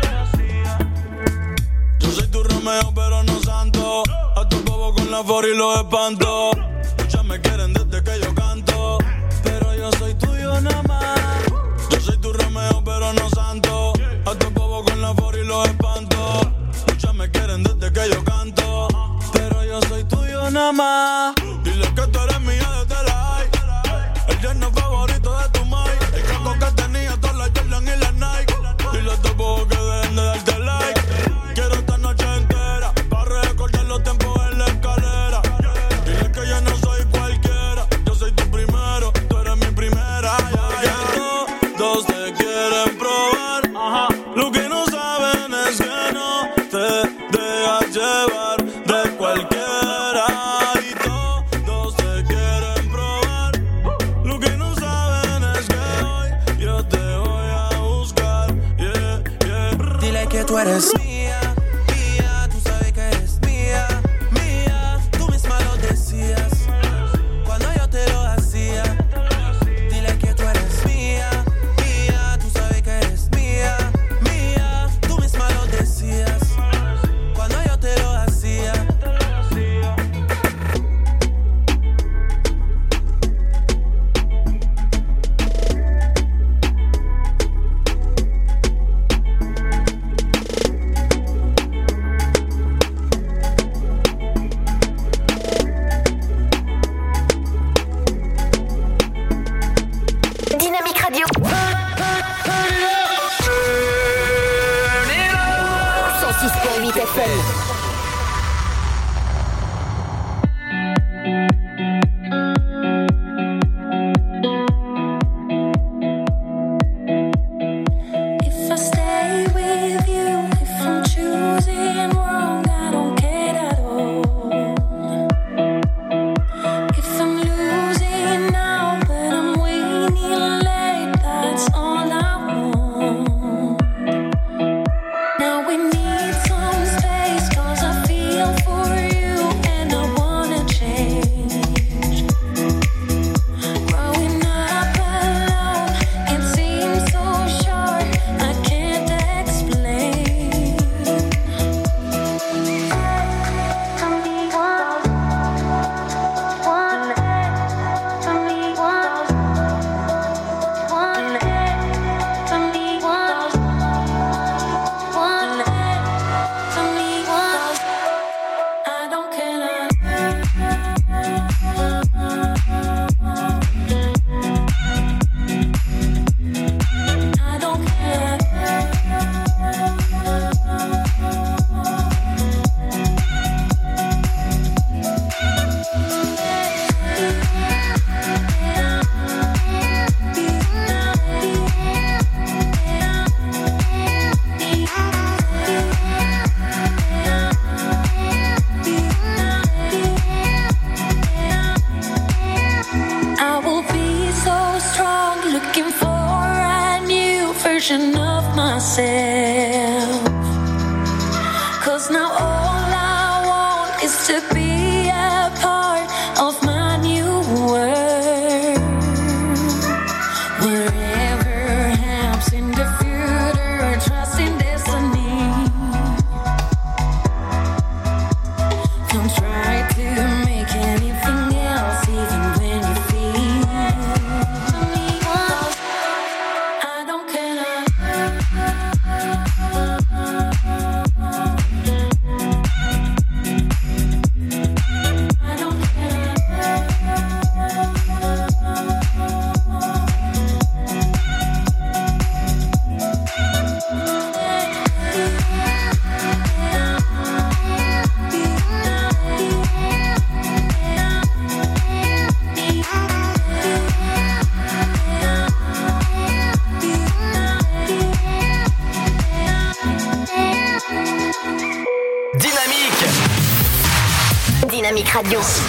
Yo soy tu Romeo pero no santo. A tu bobo con la for y los espanto. Muchas me quieren desde que yo canto, pero yo soy tuyo nada más. Yo soy tu Romeo pero no santo. A tu bobo con la for y los espanto. Muchas me quieren desde que yo canto, pero yo soy tuyo nada más. Dile que tú eres mía desde la high. El yerno favorito de tu mai. El casco que tenía todas las Jordan y las Nike. Dile a tu bobo que dejen de darte like. Quiero esta noche entera para recordar los tiempos en la escalera. Dile que yo no soy cualquiera. Yo soy tu primero, tú eres mi primera. Porque todos te quieren probar. Ajá. Lo que no saben es que no te dejas llevar de cualquiera. Y todos te quieren probar. Lo que no saben es que hoy yo te voy a buscar. Yeah, yeah. Dile que tú eres mía, mía. Tú sabes que eres mía, mía. Tú misma lo decías cuando yo te lo hacía. Dile que tú eres mía, mía. Tú sabes que eres mía, mía. Tú misma lo decías cuando yo te lo hacía. Dynamique Radio. cent six point huit F M. If I stay with you, if I'm choosing wrong, I don't care at all. If I'm losing now, but I'm winning late, that's all I want. Now we need some space. version of myself. 'Cause now all I want is to be a part of my new world. Whatever happens in the future, trust in destiny. Don't try to make anything else, even when you feel me. I don't care. Dynamique Radio.